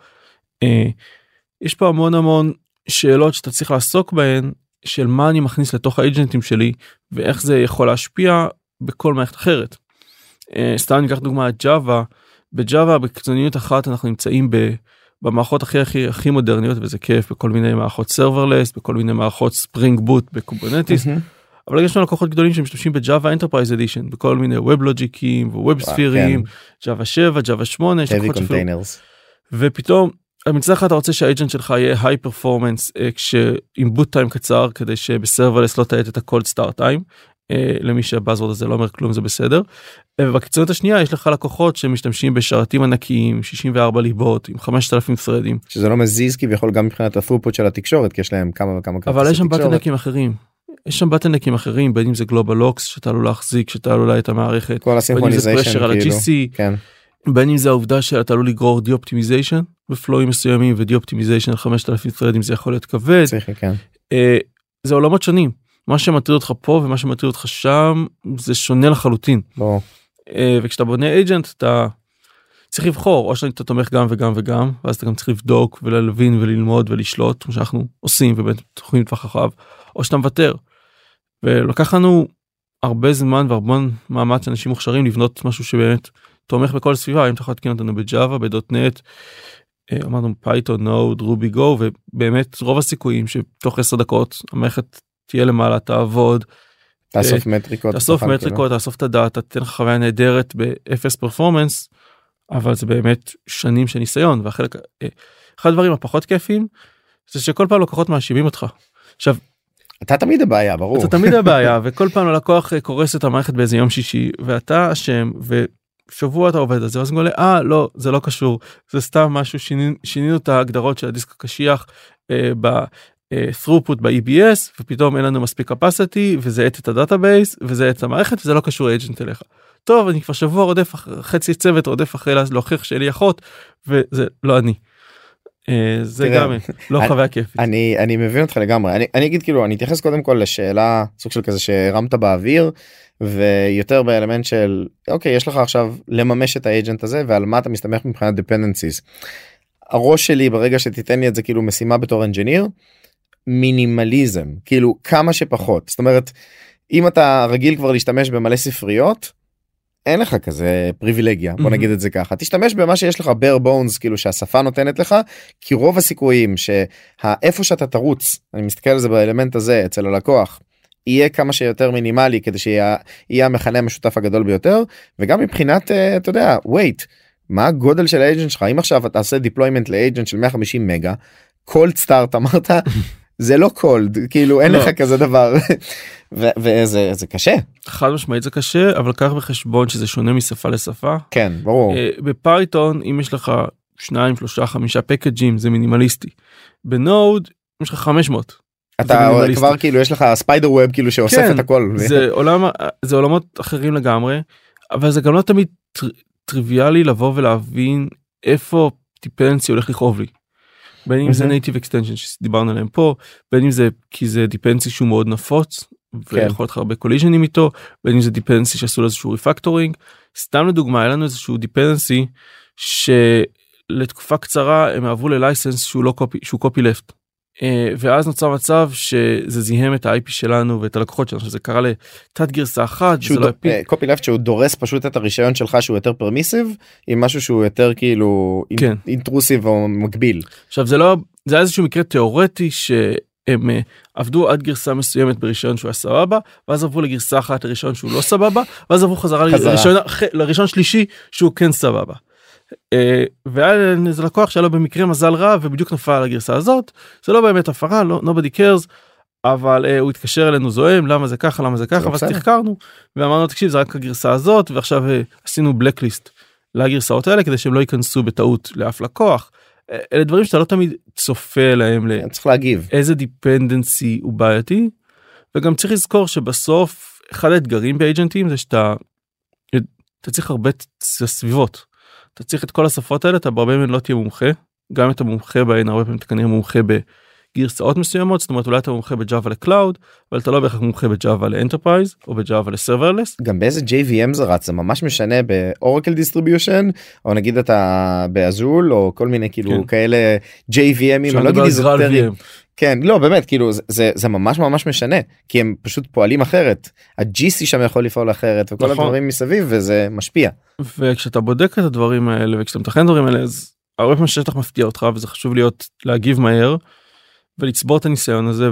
יש פה המון שאלות שאתה צריך לעסוק בהן, של מה אני מכניס לתוך האג'נטים שלי, ואיך זה יכול להשפיע בכל מערכת אחרת. סתם ניקח דוגמה את ג'אווה, בג'אווה בקיצוניות אחת אנחנו נמצאים במערכות הכי מודרניות, וזה כיף, בכל מיני מערכות סרברלס, בכל מיני מערכות ספרינג בוט בקוברנטיס, אבל יש לנו לקוחות גדולים שמשתמשים בג'אווה אנטרפרייז אדישן, בכל מיני WebLogic'ים וווב ספירים, ג'אווה 7, ג'אווה 8, ופתאום מצד אחד אתה רוצה שהאג'נט שלך יהיה היי פרפורמנס עם בוט טיים קצר, כדי שבסרברלס לא תעט את הקולד סטארט טיים, למי שהבאזוורד הזה לא אומר כלום זה בסדר, ובקיצוניות השנייה יש לך לקוחות שמשתמשים בשרתים ענקיים, 64 ליבות, עם 5,000 threadים. שזה לא מזיז כביכול גם מבחינת הת'רופוט של התקשורת, כי יש להם כמה וכמה אבל יש שם בטלנקים אחרים. יש שם בטלנקים אחרים, בין אם זה גלובל לוקס, שאתה עלול להחזיק, שאתה עלול את המערכת, כל הסינכרוניזיישן כאילו, כן. בין אם זה העובדה שאתה עלול לגרור די-אופטימיזיישן, בפלואים מסוימים, ודי-אופטימיזיישן על 5,000 threadים זה יכול להיות כבד. כן. זה עולמות שונים. מה שמטריד אותך פה ומה שמטריד אותך שם, זה שונה לחלוטין. וכשאתה בונה אייג'נט, אתה צריך לבחור, או שאתה תומך גם וגם וגם, ואז אתה גם צריך לבדוק ולהבין וללמוד ולשלוט, כמו שאנחנו עושים ובאמת תוכנים לטווח רחב, או שאתה מוותר. ולקח לנו הרבה זמן והרבה מאמץ אנשים מוכשרים לבנות משהו שבאמת תומך בכל סביבה, אם אתה יכול להתקין אותנו בג'אווה, בדוטנט, אמרנו פייתון, נוד, רובי גו, ובאמת רוב הסיכויים שתוך 10 דקות המערכת תהיה למעלה, תעבוד, תאסוף מטריקות, תאסוף את הדאטה, תתן לך חוויה נהדרת באפס פרפורמנס, אבל זה באמת שנים של ניסיון, ואחד הדברים הפחות כיפים, זה שכל פעם לקוחות מאשימים אותך. עכשיו, אתה תמיד הבעיה, ברור. אתה תמיד הבעיה, וכל פעם הלקוח קורס את המערכת באיזה יום שישי, ואתה אשם, שבוע אתה עובד על זה, ואז אני אומר, לא, זה לא קשור, זה סתם משהו, שינינו את ההגדרות של הדיסק הקשיח ב-throughput ב-EBS, ופתאום אין לנו מספיק capacity, וזה את הדאטאבייס, וזה את המערכת, וזה לא קשור לאג'נט אליך. טוב, אני כבר שבוע רודף, חצי צוות רודף אחרי להוכיח שלי אחות, וזה לא אני. זה גם לא חוויה כיפית. אני מבין אותך לגמרי. אני אגיד כאילו, אני אתייחס קודם כל לשאלה, סוג של כזה שהרמת באוויר, ויותר באלמנט של, אוקיי, יש לך עכשיו לממש את האג'נט הזה, ועל מה אתה מסתמך מבחינת dependencies. הראש שלי ברגע שתיתן לי את זה כאילו משימה בתור אנג'יניר, מינימליזם, כאילו כמה שפחות. זאת אומרת, אם אתה רגיל כבר להשתמש במלא ספריות, אין לך כזה פריבילגיה, בוא נגיד את זה ככה. תשתמש במה שיש לך bare bones, כאילו שהשפה נותנת לך, כי רוב הסיכויים שהאיפה שאתה תרוץ, אני מסתכל על זה באלמנט הזה אצל הלקוח, יהיה כמה שיותר מינימלי כדי שיהיה המכנה המשותף הגדול ביותר, וגם מבחינת, אתה יודע, wait, מה הגודל של האג'נט שלך? אם עכשיו אתה עושה deployment לאג'נט של 150 מגה, cold start אמרת, זה לא cold, כאילו אין לך כזה דבר, וזה קשה. חד משמעית זה קשה, אבל קח בחשבון שזה שונה משפה לשפה. כן, ברור. בפייתון, אם יש לך 2, 3, 5 פקאג'ים, זה מינימליסטי. בנוד, יש לך 500. אתה כבר כאילו יש לך ספיידר ווב כאילו שאוסף את הכל. זה עולמות אחרים לגמרי, אבל זה גם לא תמיד טריוויאלי לבוא ולהבין איפה דיפנדנסי הולך לכאוב לי. בין אם זה native extension שדיברנו עליהם פה, בין אם זה כי זה דיפנדנסי שהוא מאוד נפוץ, ויכול להיות הרבה קוליז'נים איתו, בין אם זה דיפנדנסי שעשו לו איזשהו ריפקטורינג. סתם לדוגמה, היה לנו איזשהו דיפנדנסי שלתקופה קצרה הם עברו ללייסנס שהוא קופי לפט. ואז נוצר מצב שזה זיהם את ה-IP שלנו ואת הלקוחות שלנו, שזה קרה לתת גרסה אחת, קופי לפט שהוא דורס פשוט את הרישיון שלך שהוא יותר פרמיסיב, עם משהו שהוא יותר כאילו אינטרוסיב או מגביל. עכשיו זה היה איזשהו מקרה תיאורטי שהם עבדו עד גרסה מסוימת ברישיון שהוא היה סבבה, ואז עברו לגרסה אחת לרישיון שהוא לא סבבה, ואז עברו חזרה לרישיון שלישי שהוא כן סבבה. והיה איזה לקוח שהיה לו במקרה מזל רע ובדיוק נפל על הגרסה הזאת, זה לא באמת הפרה, nobody cares, אבל הוא התקשר אלינו זוהם, למה זה ככה, ואז תחקרנו ואמרנו תקשיב זה רק הגרסה הזאת, ועכשיו עשינו blacklist לגרסאות האלה כדי שהם לא ייכנסו בטעות לאף לקוח. אלה דברים שאתה לא תמיד צופה להם, צריך להגיב איזה דיפנדנסי הוא בעייתי, וגם צריך לזכור שבסוף אחד האתגרים באג'נטים זה שאתה צריך הרבה סביבות, אתה צריך את כל השפות האלה, אתה בהרבה מהן לא תהיה מומחה, גם אם אתה מומחה בהן, הרבה פעמים אתה כנראה מומחה בגרסאות מסוימות, זאת אומרת אולי אתה מומחה בג'אווה לקלאוד, אבל אתה לא בהכרח מומחה בג'אווה לאנטרפרייז, או בג'אווה לסרברלס. גם באיזה JVM זה רץ, זה ממש משנה באורקל דיסטריביושן, או נגיד אתה באזול, או כל מיני כאילו כאלה JVMים, אני לא אגיד איזוטריים. כן, לא, באמת, כאילו, זה ממש ממש משנה, כי הם פשוט פועלים אחרת. ה-GC שם יכול לפעול אחרת, וכל הדברים מסביב, וזה משפיע. וכשאתה בודק את הדברים האלה, וכשאתה מתכן דברים האלה, אז הרבה פעמים שטח מפתיע אותך, וזה חשוב להגיב מהר, ולצבור את הניסיון הזה,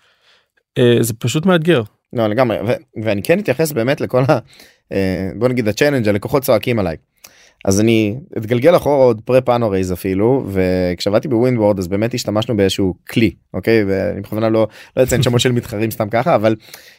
וזה פשוט מאתגר. לא, לגמרי, ואני כן אתייחס באמת לכל בוא נגיד, הצ'אלנג' הלקוחות צועקים עליי. אז אני אתגלגל אחורה עוד פרה-פאנורייז אפילו, וכשעבדתי בווינדוורד אז באמת השתמשנו באיזשהו כלי, אוקיי? ואני בכוונה לא אציין שמות של מתחרים סתם ככה, אבל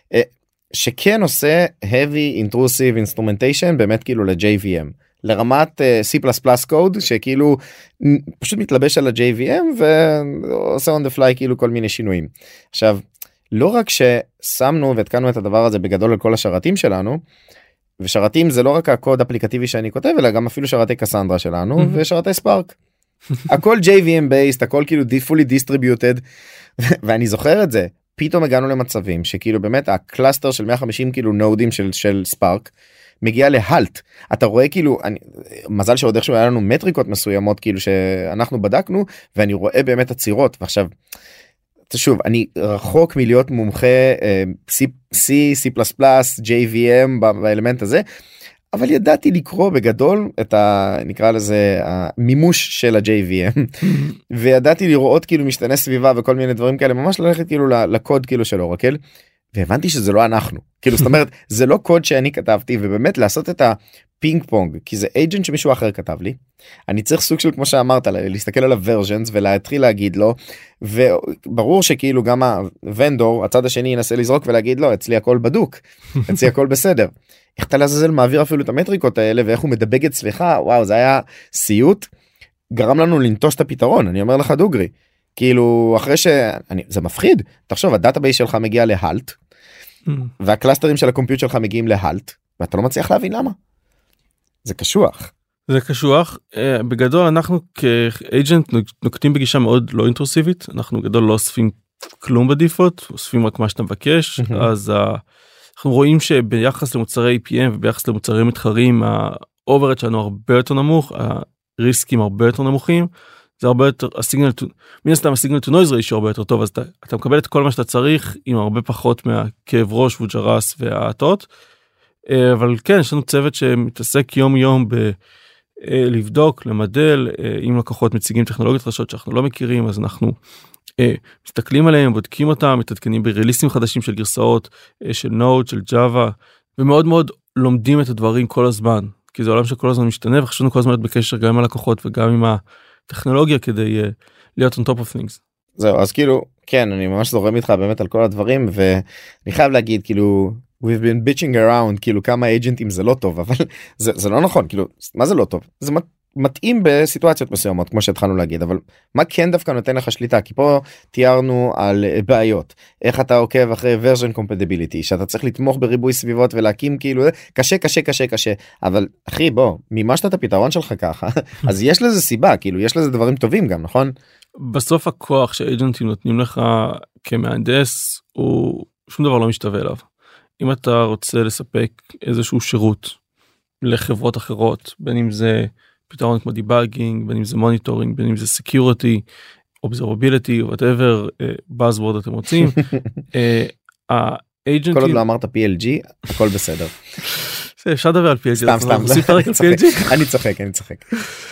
שכן עושה heavy intrusive instrumentation באמת כאילו ל-JVM, לרמת C++ קוד שכאילו פשוט מתלבש על ה-JVM ועושה on the fly כאילו כל מיני שינויים. עכשיו, לא רק ששמנו והתקנו את הדבר הזה בגדול על כל השרתים שלנו, ושרתים זה לא רק הקוד אפליקטיבי שאני כותב, אלא גם אפילו שרתי קסנדרה שלנו ושרתי ספארק. הכל JVM based, הכל כאילו fully distributed, ואני זוכר את זה. פתאום הגענו למצבים שכאילו באמת הקלאסטר של 150 כאילו נודים של ספארק מגיע להלט. אתה רואה כאילו, מזל שעוד איכשהו היה לנו מטריקות מסוימות כאילו שאנחנו בדקנו, ואני רואה באמת עצירות. ועכשיו, שוב, אני רחוק מלהיות מומחה C++, JVM באלמנט הזה, אבל ידעתי לקרוא בגדול את נקרא לזה המימוש של ה-JVM, וידעתי לראות כאילו משתנה סביבה וכל מיני דברים כאלה, ממש ללכת כאילו לקוד כאילו של אורקל, והבנתי שזה לא אנחנו, כאילו זאת אומרת זה לא קוד שאני כתבתי, ובאמת לעשות את פינג פונג, כי זה agent שמישהו אחר כתב לי, אני צריך סוג של כמו שאמרת להסתכל על הוורז'נס ולהתחיל להגיד לו, וברור שכאילו גם הוונדור הצד השני ינסה לזרוק ולהגיד לו אצלי הכל בדוק, אצלי הכל בסדר. איך אתה לעזאזל מעביר אפילו את המטריקות האלה ואיך הוא מדבג אצלך, וואו זה היה סיוט, גרם לנו לנטוש את הפתרון, אני אומר לך דוגרי, כאילו אחרי זה מפחיד, תחשוב הדאטאבייס שלך מגיע להלט, והקלאסטרים של הקומפיוט שלך מגיעים להלט, ואתה לא מצליח להבין למה. זה קשוח. זה קשוח. בגדול אנחנו כאג'נט נוקטים בגישה מאוד לא אינטרוסיבית, אנחנו בגדול לא אוספים כלום בדיפולט, אוספים רק מה שאתה מבקש, אז אנחנו רואים שביחס למוצרי APM וביחס למוצרי מתחרים, האוברד שלנו הרבה יותר נמוך, הריסקים הרבה יותר נמוכים, זה הרבה יותר, מן הסתם הסיגנל טו נויז ריישו הרבה יותר טוב, אז אתה מקבל את כל מה שאתה צריך, עם הרבה פחות מהכאב ראש וג'רס והעטות, אבל כן, יש לנו צוות שמתעסק יום יום לבדוק, למדל, אם לקוחות מציגים טכנולוגיות חדשות שאנחנו לא מכירים, אז אנחנו מסתכלים עליהם, בודקים אותם, מתעדכנים בריליסטים חדשים של גרסאות, של נוד, של ג'אווה, ומאוד מאוד לומדים את הדברים כל הזמן, כי זה עולם שכל הזמן משתנה, וחשבנו כל הזמן להיות בקשר גם עם הלקוחות וגם עם הטכנולוגיה, כדי להיות on top of things. זהו, אז כאילו, כן, אני ממש זורם איתך באמת על כל הדברים, ואני חייב להגיד, כאילו, we've been bitching around, כאילו כמה אייג'נטים זה לא טוב, אבל זה לא נכון, כאילו, מה זה לא טוב? זה מתאים בסיטואציות מסוימות, כמו שהתחלנו להגיד, אבל מה כן דווקא נותן לך שליטה? כי פה תיארנו על בעיות, איך אתה עוקב אחרי version compatibility, שאתה צריך לתמוך בריבוי סביבות ולהקים כאילו, קשה, קשה, קשה, קשה, אבל אחי בוא, מימשת את הפתרון שלך ככה, אז יש לזה סיבה, כאילו יש לזה דברים טובים גם, נכון? בסוף הכוח שאייג'נטים נותנים לך כמהנדס, הוא שום דבר לא משתווה אליו. אם אתה רוצה לספק איזשהו שירות לחברות אחרות, בין אם זה פתרון כמו דיבאגינג, בין אם זה מוניטורינג, בין אם זה סקיוריטי, אובזרבביליטי, whatever buzzword אתם רוצים, כל עוד לא אמרת PLG, הכל בסדר. אפשר לדבר על PLG. סתם. אני צוחק.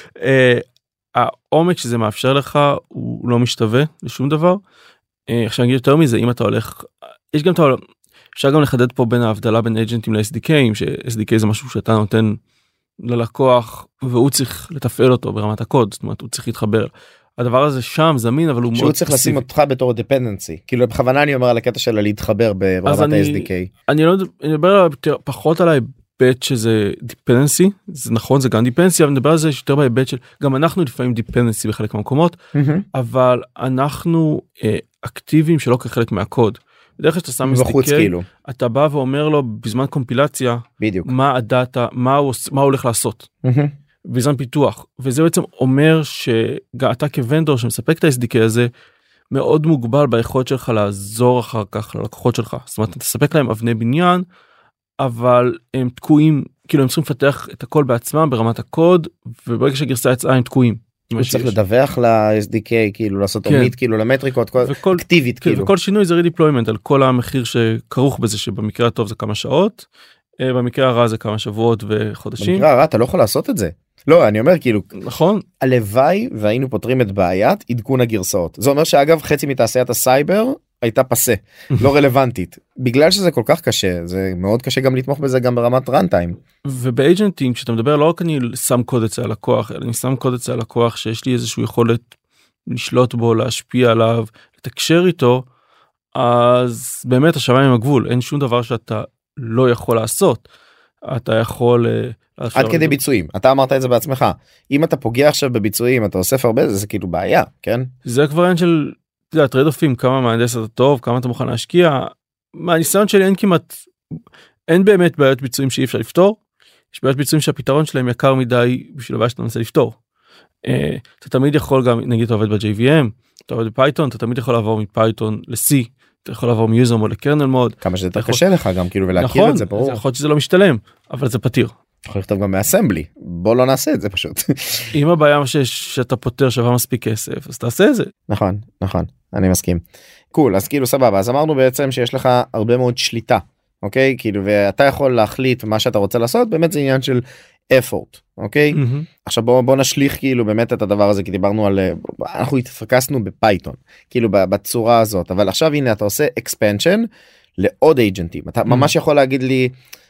העומק שזה מאפשר לך, הוא לא משתווה לשום דבר. עכשיו אני אגיד יותר מזה, אם אתה הולך, יש גם אפשר גם לחדד פה בין ההבדלה בין אייג'נטים ל-SDK, ש-SDK זה משהו שאתה נותן ללקוח, והוא צריך לתפעל אותו ברמת הקוד, זאת אומרת, הוא צריך להתחבר. הדבר הזה שם זמין, אבל הוא מאוד... שהוא צריך לשים אותך בתור dependency, כאילו בכוונה אני אומר על הקטע של להתחבר ברמת ה-SDK. אני מדבר פחות על ההיבט שזה dependency, זה נכון, זה גם dependency, אבל נדבר על זה יותר בהיבט של, גם אנחנו לפעמים dependency בחלק מהמקומות, אבל אנחנו אקטיביים שלא כחלק מהקוד. בדרך כלל שאתה שם SDK, אתה בא ואומר לו בזמן קומפילציה, מה הדאטה, מה הוא הולך לעשות, בזמן פיתוח, וזה בעצם אומר שאתה כוונדור שמספק את ה-SDK הזה, מאוד מוגבל ביכולת שלך לעזור אחר כך ללקוחות שלך, זאת אומרת, אתה תספק להם אבני בניין, אבל הם תקועים, כאילו הם צריכים לפתח את הכל בעצמם ברמת הקוד, וברגע שהגרסה יצאה הם תקועים. הוא צריך לדווח ל-SDK, כאילו לעשות אומית, כאילו למטריקות, אקטיבית, כאילו. וכל שינוי זה redeployment על כל המחיר שכרוך בזה, שבמקרה הטוב זה כמה שעות, במקרה הרע זה כמה שבועות וחודשים. במקרה הרע אתה לא יכול לעשות את זה. לא, אני אומר כאילו, נכון. הלוואי והיינו פותרים את בעיית עדכון הגרסאות. זה אומר שאגב חצי מתעשיית הסייבר הייתה פסה, לא רלוונטית. בגלל שזה כל כך קשה, זה מאוד קשה גם לתמוך בזה גם ברמת runtime. ובאג'נטים, כשאתה מדבר, לא רק אני שם קוד אצל הלקוח, אלא אני שם קוד אצל הלקוח שיש לי איזושהי יכולת לשלוט בו, להשפיע עליו, לתקשר איתו, אז באמת השמיים עם הגבול, אין שום דבר שאתה לא יכול לעשות. אתה יכול... עד כדי ביצועים, אתה אמרת את זה בעצמך. אם אתה פוגע עכשיו בביצועים, אתה אוסף הרבה, זה כאילו בעיה, כן? זה כבר אין של... טרייד אופים, כמה מהנדס אתה טוב, כמה אתה מוכן להשקיע. מהניסיון שלי אין באמת בעיות ביצועים שאי אפשר לפתור. יש בעיות ביצועים שהפתרון שלהם יקר מדי בשביל הבעיה שאתה מנסה לפתור. אתה תמיד יכול גם, נגיד אתה עובד ב-JVM, אתה עובד בפייתון, אתה תמיד יכול לעבור מפייתון ל-C, אתה יכול לעבור מיוזר מוד לקרנל מוד. כמה שזה יותר קשה לך גם כאילו ולהכיר את זה, ברור. יכול להיות שזה לא משתלם, אבל זה פתיר. יכול לכתוב גם מאסמבלי, בוא לא נעשה את זה פשוט. אם הבעיה שאתה פותר שווה מספיק כסף, אז תעשה את זה. נכון, אני מסכים. קול, אז כאילו סבבה, אז אמרנו בעצם שיש לך הרבה מאוד שליטה, אוקיי? כאילו, ואתה יכול להחליט מה שאתה רוצה לעשות, באמת זה עניין של effort, אוקיי? עכשיו בוא נשליך כאילו באמת את הדבר הזה, כי דיברנו על, אנחנו התפקסנו בפייתון, כאילו בצורה הזאת, אבל עכשיו הנה אתה עושה expansion לעוד אייג'נטים, אתה ממש יכול להגיד לי,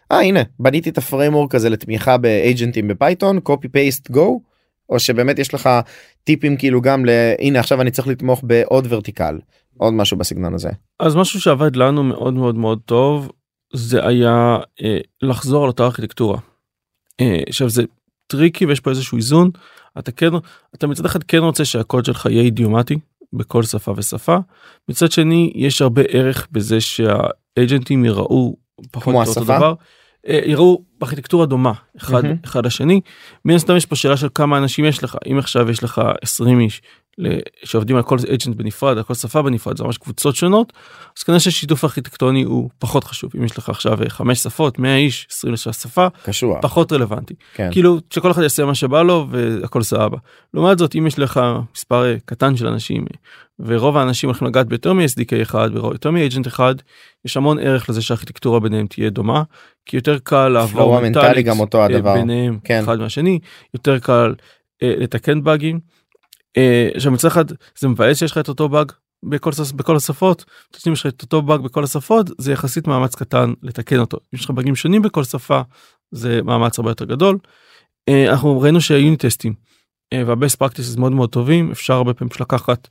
הנה, בניתי את הפריימורק הזה לתמיכה באג'נטים בפייתון, copy paste go, או שבאמת יש לך טיפים כאילו גם הנה עכשיו אני צריך לתמוך בעוד ורטיקל, עוד משהו בסגנון הזה. אז משהו שעבד לנו מאוד מאוד מאוד טוב, זה היה לחזור על אותה ארכיטקטורה. עכשיו זה טריקי ויש פה איזשהו איזון, אתה מצד אחד כן רוצה שהקוד שלך יהיה אידיומטי, בכל שפה ושפה, מצד שני יש הרבה ערך בזה שהאג'נטים יראו פחות או אותו דבר, יראו בארכיטקטורה דומה אחד לשני. מן הסתם יש פה שאלה של כמה אנשים יש לך, אם עכשיו יש לך 20 איש שעובדים על כל אג'נט בנפרד, על כל שפה בנפרד, זה ממש קבוצות שונות, אז כנראה ששיתוף ארכיטקטוני הוא פחות חשוב. אם יש לך עכשיו 5 שפות, 100 איש, 20 שפה, קשור. פחות רלוונטי. כאילו שכל אחד יעשה מה שבא לו והכל סבבה. לעומת זאת, אם יש לך מספר קטן של אנשים, ורוב האנשים הולכים לגעת ביותר מ-SDK אחד, ויותר מ-agent אחד, יש המון ערך לזה שהארכיטקטורה ביניהם תהיה דומה, כי יותר קל לעבור מנטלית ביניהם אחד מהשני, יותר קל לתקן באגים. עכשיו מצד אחד זה מבאס שיש לך את אותו באג בכל השפות, יש לך את אותו באג בכל השפות, זה יחסית מאמץ קטן לתקן אותו. אם יש לך באגים שונים בכל שפה, זה מאמץ הרבה יותר גדול. אנחנו ראינו שהיוניט טסטים והבסט פרקטיסס מאוד מאוד טובים, אפשר הרבה פעמים לקחת,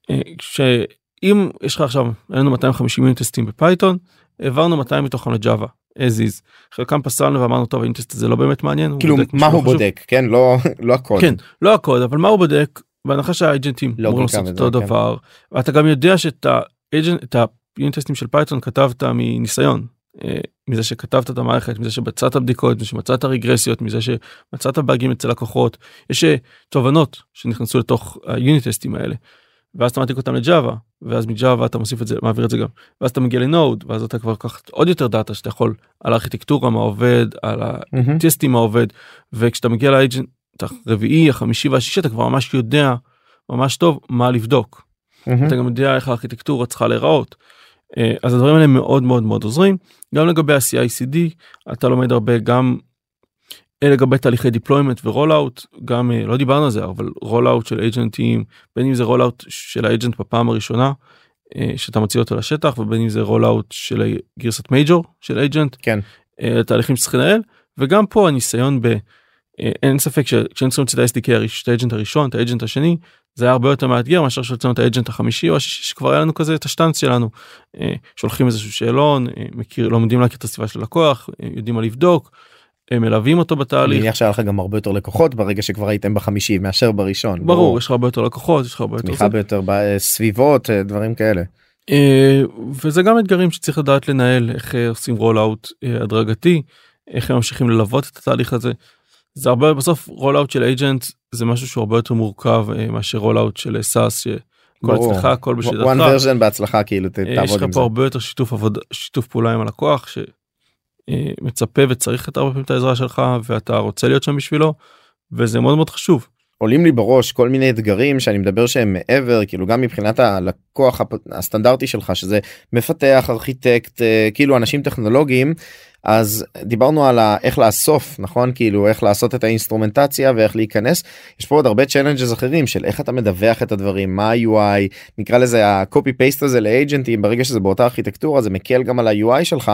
שאם יש לך עכשיו, היה לנו 250 יוניט טסטים בפייתון, העברנו 200 מתוכם לג'אווה, as is. חלקם פסלנו ואמרנו, טוב, היוניט טסט זה לא באמת מעניין. כאילו, מה הוא בודק, כן? לא הקוד. כן, לא הקוד, אבל מה הוא בודק? בהנחה שהאג'נטים אמורים לעשות אותו דבר, ואתה גם יודע שאת היוניט טסטים של פייתון כתבת מניסיון, מזה שכתבת את המערכת, מזה שבצעת בדיקות, מזה שמצאת רגרסיות, מזה שמצאת באגים אצל לקוחות, יש תובנות שנכנסו לתוך היוניט טסטים האלה, ואז אתה מעתיק אותם לג'אווה, ואז מג'אווה אתה מוסיף את זה, מעביר את זה גם, ואז אתה מגיע לנוד, ואז אתה כבר קחת עוד יותר דאטה שאתה יכול על הארכיטקטורה מה עובד, על הטסטים מה עובד, וכשאתה מגיע לאג'נט הרביעי, החמישי והשישי, אתה כבר ממש יודע, ממש טוב, מה לבדוק. אתה גם יודע איך הארכיטקטורה צריכה להיראות. אז הדברים האלה מאוד מאוד מאוד עוזרים. גם לגבי ה-CI/CD, אתה לומד הרבה גם לגבי תהליכי deployment ו-rollout, גם, לא דיברנו על זה, אבל rollout של אג'נטים, בין אם זה rollout של האג'נט בפעם הראשונה, שאתה מוציא אותו לשטח, ובין אם זה rollout של גרסת מייג'ור של אג'נט, כן. תהליכים שצריך לנהל, וגם פה הניסיון אין ספק שכשאני צריך להוציא את ה-SDK, את האג'נט הראשון, את האג'נט השני, זה היה הרבה יותר מאתגר מאשר שהוצאנו את האג'נט החמישי או השישי, שכבר היה לנו כזה את השטנץ שלנו, שולחים איזשהו שאלון, לומדים להכיר את הסביבה של לקוח, יודעים מה לבדוק, מלווים אותו בתהליך. אני מניח שהיה לך גם הרבה יותר לקוחות ברגע שכבר הייתם בחמישי מאשר בראשון. ברור, יש לך הרבה יותר לקוחות, יש לך הרבה יותר... תמיכה ביותר בסביבות, דברים כאלה. וזה גם אתגרים שצריך לדעת לנהל, איך עושים רול-אוט הדרגתי, איך הם ממשיכים ללוות את התהליך הזה. זה הרבה, בסוף רול-אוט של אג'נט זה משהו שהוא הרבה יותר מורכב מאשר רול-אוט של סאס, שכל אצלך, הכל בשיטתך. one version בהצלחה, כאילו, תעבוד עם זה. יש לך פה הרבה יותר שיתוף פעולה עם הלקוח, שמצפה וצריך הרבה פעמים את העזרה שלך, ואתה רוצה להיות שם בשבילו, וזה מאוד מאוד חשוב. עולים לי בראש כל מיני אתגרים שאני מדבר שהם מעבר, כאילו גם מבחינת הלקוח הסטנדרטי שלך, שזה מפתח, ארכיטקט, כאילו אנשים טכנולוגיים, אז דיברנו על איך לאסוף, נכון? כאילו איך לעשות את האינסטרומנטציה ואיך להיכנס. יש פה עוד הרבה צ'אלנג'ס אחרים של איך אתה מדווח את הדברים, מה ה-UI, נקרא לזה ה-copy paste הזה לאג'נטים, ברגע שזה באותה ארכיטקטורה, זה מקל גם על ה-UI שלך,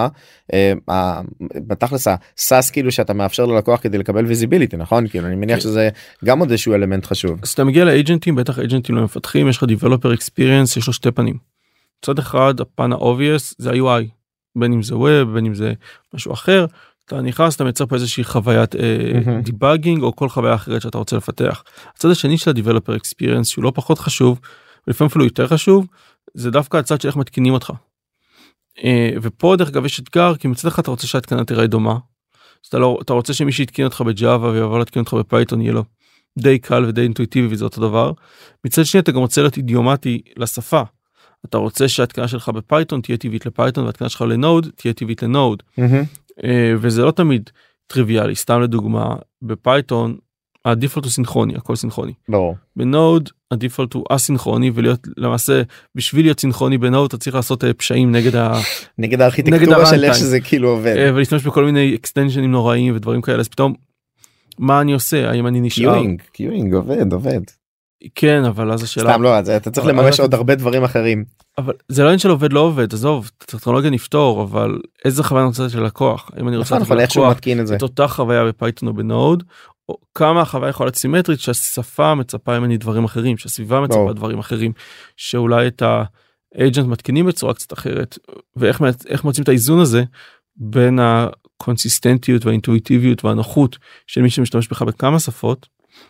בתכלס ה-SAS כאילו שאתה מאפשר ללקוח כדי לקבל visibility, נכון? כאילו אני מניח שזה גם עוד איזשהו אלמנט חשוב. אז אתה מגיע לאג'נטים, בטח אג'נטים לא מפתחים, יש לך developer experience, יש לו שתי פנים. צד אחד, הפן ה-obvious, זה ה-UI. בין אם זה ווב, בין אם זה משהו אחר, אתה נכנס, אתה מייצר פה איזושהי חוויית דיבאגינג, או כל חוויה אחרת שאתה רוצה לפתח. הצד השני של ה-Developer Experience, שהוא לא פחות חשוב, ולפעמים אפילו יותר חשוב, זה דווקא הצד של איך מתקינים אותך. ופה דרך אגב יש אתגר, כי מצד אחד אתה רוצה שההתקנה תראה דומה, אתה רוצה שמי שיתקין אותך בג'אווה, ויבוא להתקין אותך בפייתון, יהיה לו די קל ודי אינטואיטיבי, וזה אותו דבר. מצד שני אתה גם רוצה להיות אידיומטי לשפה. אתה רוצה שההתקנה שלך בפייתון תהיה טבעית לפייתון, וההתקנה שלך לנוד תהיה טבעית לנוד. וזה לא תמיד טריוויאלי. סתם לדוגמה, בפייתון, הדיפולט הוא סינכרוני, הכל סינכרוני. ברור. בנוד, הדיפולט הוא אסינכרוני, ולהיות, למעשה, בשביל להיות סינכרוני בנוד, אתה צריך לעשות פשעים נגד הארכיטקטורה של איך שזה כאילו עובד. ולהשתמש בכל מיני אקסטנשנים נוראים ודברים כאלה, אז פתאום, מה אני עושה? האם אני נשאר? קיואינג, עובד. כן, אבל אז השאלה... סתם לא, אתה צריך לממש עוד הרבה דברים אחרים. אבל זה לא עניין של עובד לא עובד, עזוב, טכנולוגיה נפתור, אבל איזה חוויה אני רוצה לתת ללקוח? אם אני רוצה לתת ללקוח את אותה חוויה בפייתון או בנוד, או כמה החוויה יכולה להיות סימטרית, שהשפה מצפה ממני דברים אחרים, שהסביבה מצפה דברים אחרים, שאולי את האג'נט מתקינים בצורה קצת אחרת, ואיך מוצאים את האיזון הזה, בין הקונסיסטנטיות והאינטואיטיביות והנוחות של מי שמשתמש בך בכמה שפות.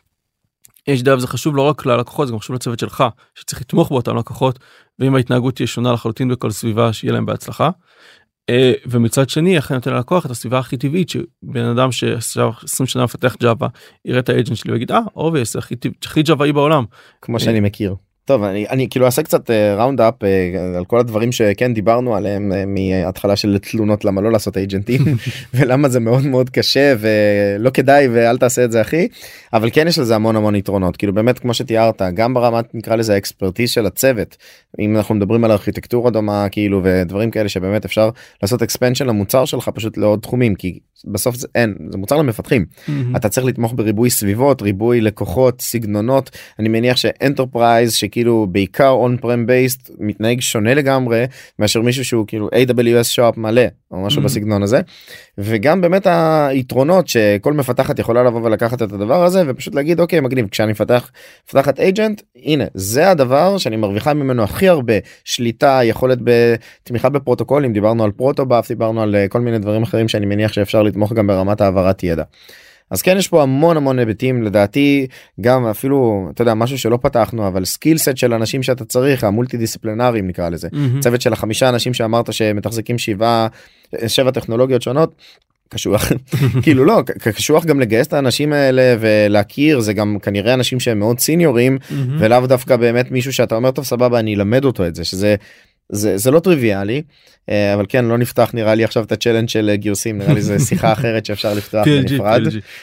יש דאב, זה חשוב לא רק ללקוחות, זה גם חשוב לצוות שלך, שצריך לתמוך באותם לקוחות, ואם ההתנהגות תהיה שונה לחלוטין בכל סביבה, שיהיה להם בהצלחה. ומצד שני, אחרי נותן ללקוח את הסביבה הכי טבעית, שבן אדם ש20 שנה מפתח ג'אווה, יראה את האג'נט שלי ויגיד, אובייס, הכי ג'אוואי בעולם. כמו שאני מכיר. טוב, אני כאילו אעשה קצת ראונד אפ על כל הדברים שכן דיברנו עליהם מההתחלה של תלונות למה לא לעשות אייג'נטים ולמה זה מאוד מאוד קשה ולא כדאי ואל תעשה את זה אחי, אבל כן יש לזה המון יתרונות, כאילו באמת כמו שתיארת, גם ברמת נקרא לזה האקספרטיז של הצוות, אם אנחנו מדברים על ארכיטקטורה דומה כאילו ודברים כאלה שבאמת אפשר לעשות אקספנשן למוצר שלך פשוט לעוד תחומים, כי בסוף זה מוצר למפתחים, אתה צריך לתמוך בריבוי סביבות, ריבוי לקוחות, סגנונות, אני מניח שאנטרפרייז כאילו בעיקר on-prem based מתנהג שונה לגמרי מאשר מישהו שהוא כאילו AWS shop מלא או משהו בסגנון הזה, וגם באמת היתרונות שכל מפתחת יכולה לבוא ולקחת את הדבר הזה ופשוט להגיד אוקיי מגניב, כשאני מפתחת agent, הנה זה הדבר שאני מרוויחה ממנו הכי הרבה, שליטה, יכולת בתמיכה בפרוטוקולים, דיברנו על פרוטובאף, דיברנו על כל מיני דברים אחרים שאני מניח שאפשר לתמוך גם ברמת העברת ידע. אז כן יש פה המון היבטים, לדעתי גם אפילו אתה יודע משהו שלא פתחנו, אבל סקיל סט של אנשים שאתה צריך, המולטי דיסציפלינריים נקרא לזה, צוות של 5 אנשים שאמרת שמתחזקים 7 טכנולוגיות שונות, קשוח כאילו לא קשוח גם לגייס את האנשים האלה ולהכיר, זה גם כנראה אנשים שהם מאוד סיניורים ולאו דווקא באמת מישהו שאתה אומר טוב סבבה אני אלמד אותו את זה, שזה זה לא טריוויאלי, אבל כן לא נפתח נראה לי עכשיו את הצ'לנג' של גיוסים, נראה לי זה שיחה אחרת שאפשר לפתוח בנפרד.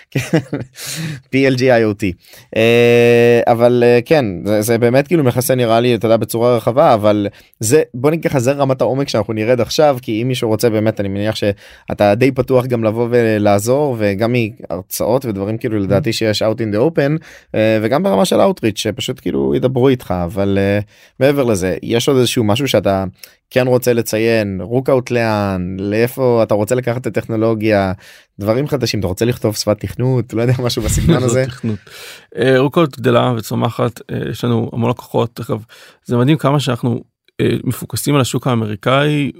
PLG IoT. אבל כן זה באמת כאילו מכסה נראה לי אתה יודע בצורה רחבה, אבל זה בוא ניקח זה רמת העומק שאנחנו נרד עכשיו, כי אם מישהו רוצה באמת אני מניח שאתה די פתוח גם לבוא ולעזור, וגם מהרצאות ודברים כאילו לדעתי שיש out in the open, וגם ברמה של outreach שפשוט כאילו ידברו איתך, אבל מעבר לזה יש עוד איזשהו משהו שאתה כן רוצה לציין, רוקאוט לאן, לאיפה אתה רוצה לקחת את הטכנולוגיה, דברים חדשים, אתה רוצה לכתוב שפת תכנות, לא יודע משהו בסגנון הזה. רוקאוט גדלה וצומחת, יש לנו המון לקוחות, אגב, זה מדהים כמה שאנחנו מפוקסים על השוק האמריקאי,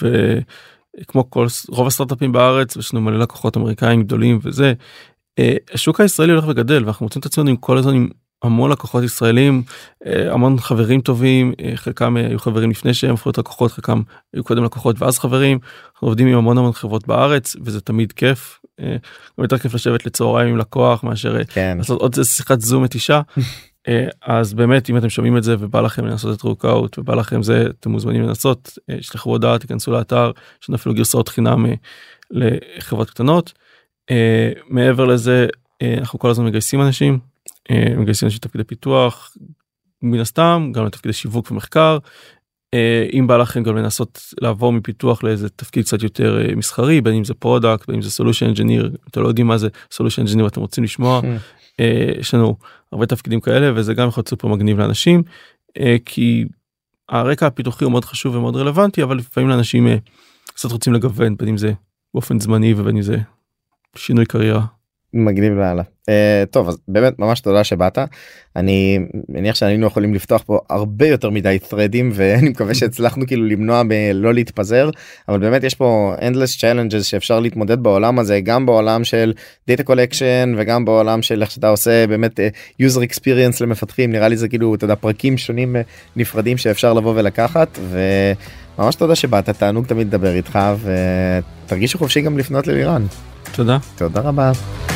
וכמו רוב הסטארט-אפים בארץ, יש לנו מלא לקוחות אמריקאים גדולים וזה, השוק הישראלי הולך וגדל, ואנחנו מוצאים את עצמנו עם כל הזמן עם המון לקוחות ישראלים, המון חברים טובים, חלקם היו חברים לפני שהם הפכו להיות לקוחות, חלקם היו קודם לקוחות ואז חברים, אנחנו עובדים עם המון חברות בארץ, וזה תמיד כיף, גם יותר כיף לשבת לצהריים עם לקוח, מאשר לעשות עוד שיחת זום מתישה, אז באמת אם אתם שומעים את זה ובא לכם לנסות את רוקאוט, ובא לכם זה, אתם מוזמנים לנסות, שלחו הודעה, תיכנסו לאתר, יש לנו אפילו גרסאות חינם לחברות קטנות, מעבר לזה, אנחנו כל הזמן מגייסים אנשים, מגייסים אנשים לתפקידי פיתוח, מן הסתם, גם לתפקידי שיווק ומחקר, אם בא לכם גם לנסות לעבור מפיתוח לאיזה תפקיד קצת יותר מסחרי, בין אם זה פרודקט, בין אם זה סולושן אנג'יניר, אתם לא יודעים מה זה סולושן אנג'יניר ואתם רוצים לשמוע, יש לנו הרבה תפקידים כאלה, וזה גם יכול להיות סופר מגניב לאנשים, כי הרקע הפיתוחי הוא מאוד חשוב ומאוד רלוונטי, אבל לפעמים לאנשים קצת רוצים לגוון, בין אם זה באופן זמני ובין אם זה שינוי קריירה. מגניב לעלה. טוב, אז באמת ממש תודה שבאת. אני מניח שהיינו יכולים לפתוח פה הרבה יותר מדי threadים, ואני מקווה שהצלחנו כאילו למנוע לא להתפזר, אבל באמת יש פה endless challenges שאפשר להתמודד בעולם הזה, גם בעולם של data collection וגם בעולם של איך שאתה עושה באמת user experience למפתחים, נראה לי זה כאילו אתה יודע פרקים שונים נפרדים שאפשר לבוא ולקחת, וממש תודה שבאת, תענוג תמיד לדבר איתך, ותרגישו חופשי גם לפנות ללירן. תודה. תודה רבה.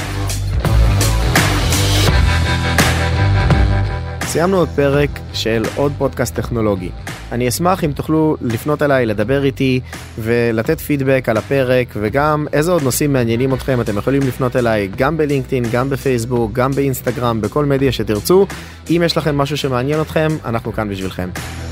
סיימנו עוד פרק של עוד פודקאסט טכנולוגי. אני אשמח אם תוכלו לפנות אליי, לדבר איתי ולתת פידבק על הפרק, וגם איזה עוד נושאים מעניינים אתכם. אתם יכולים לפנות אליי גם בלינקדאין, גם בפייסבוק, גם באינסטגרם, בכל מדיה שתרצו. אם יש לכם משהו שמעניין אתכם, אנחנו כאן בשבילכם.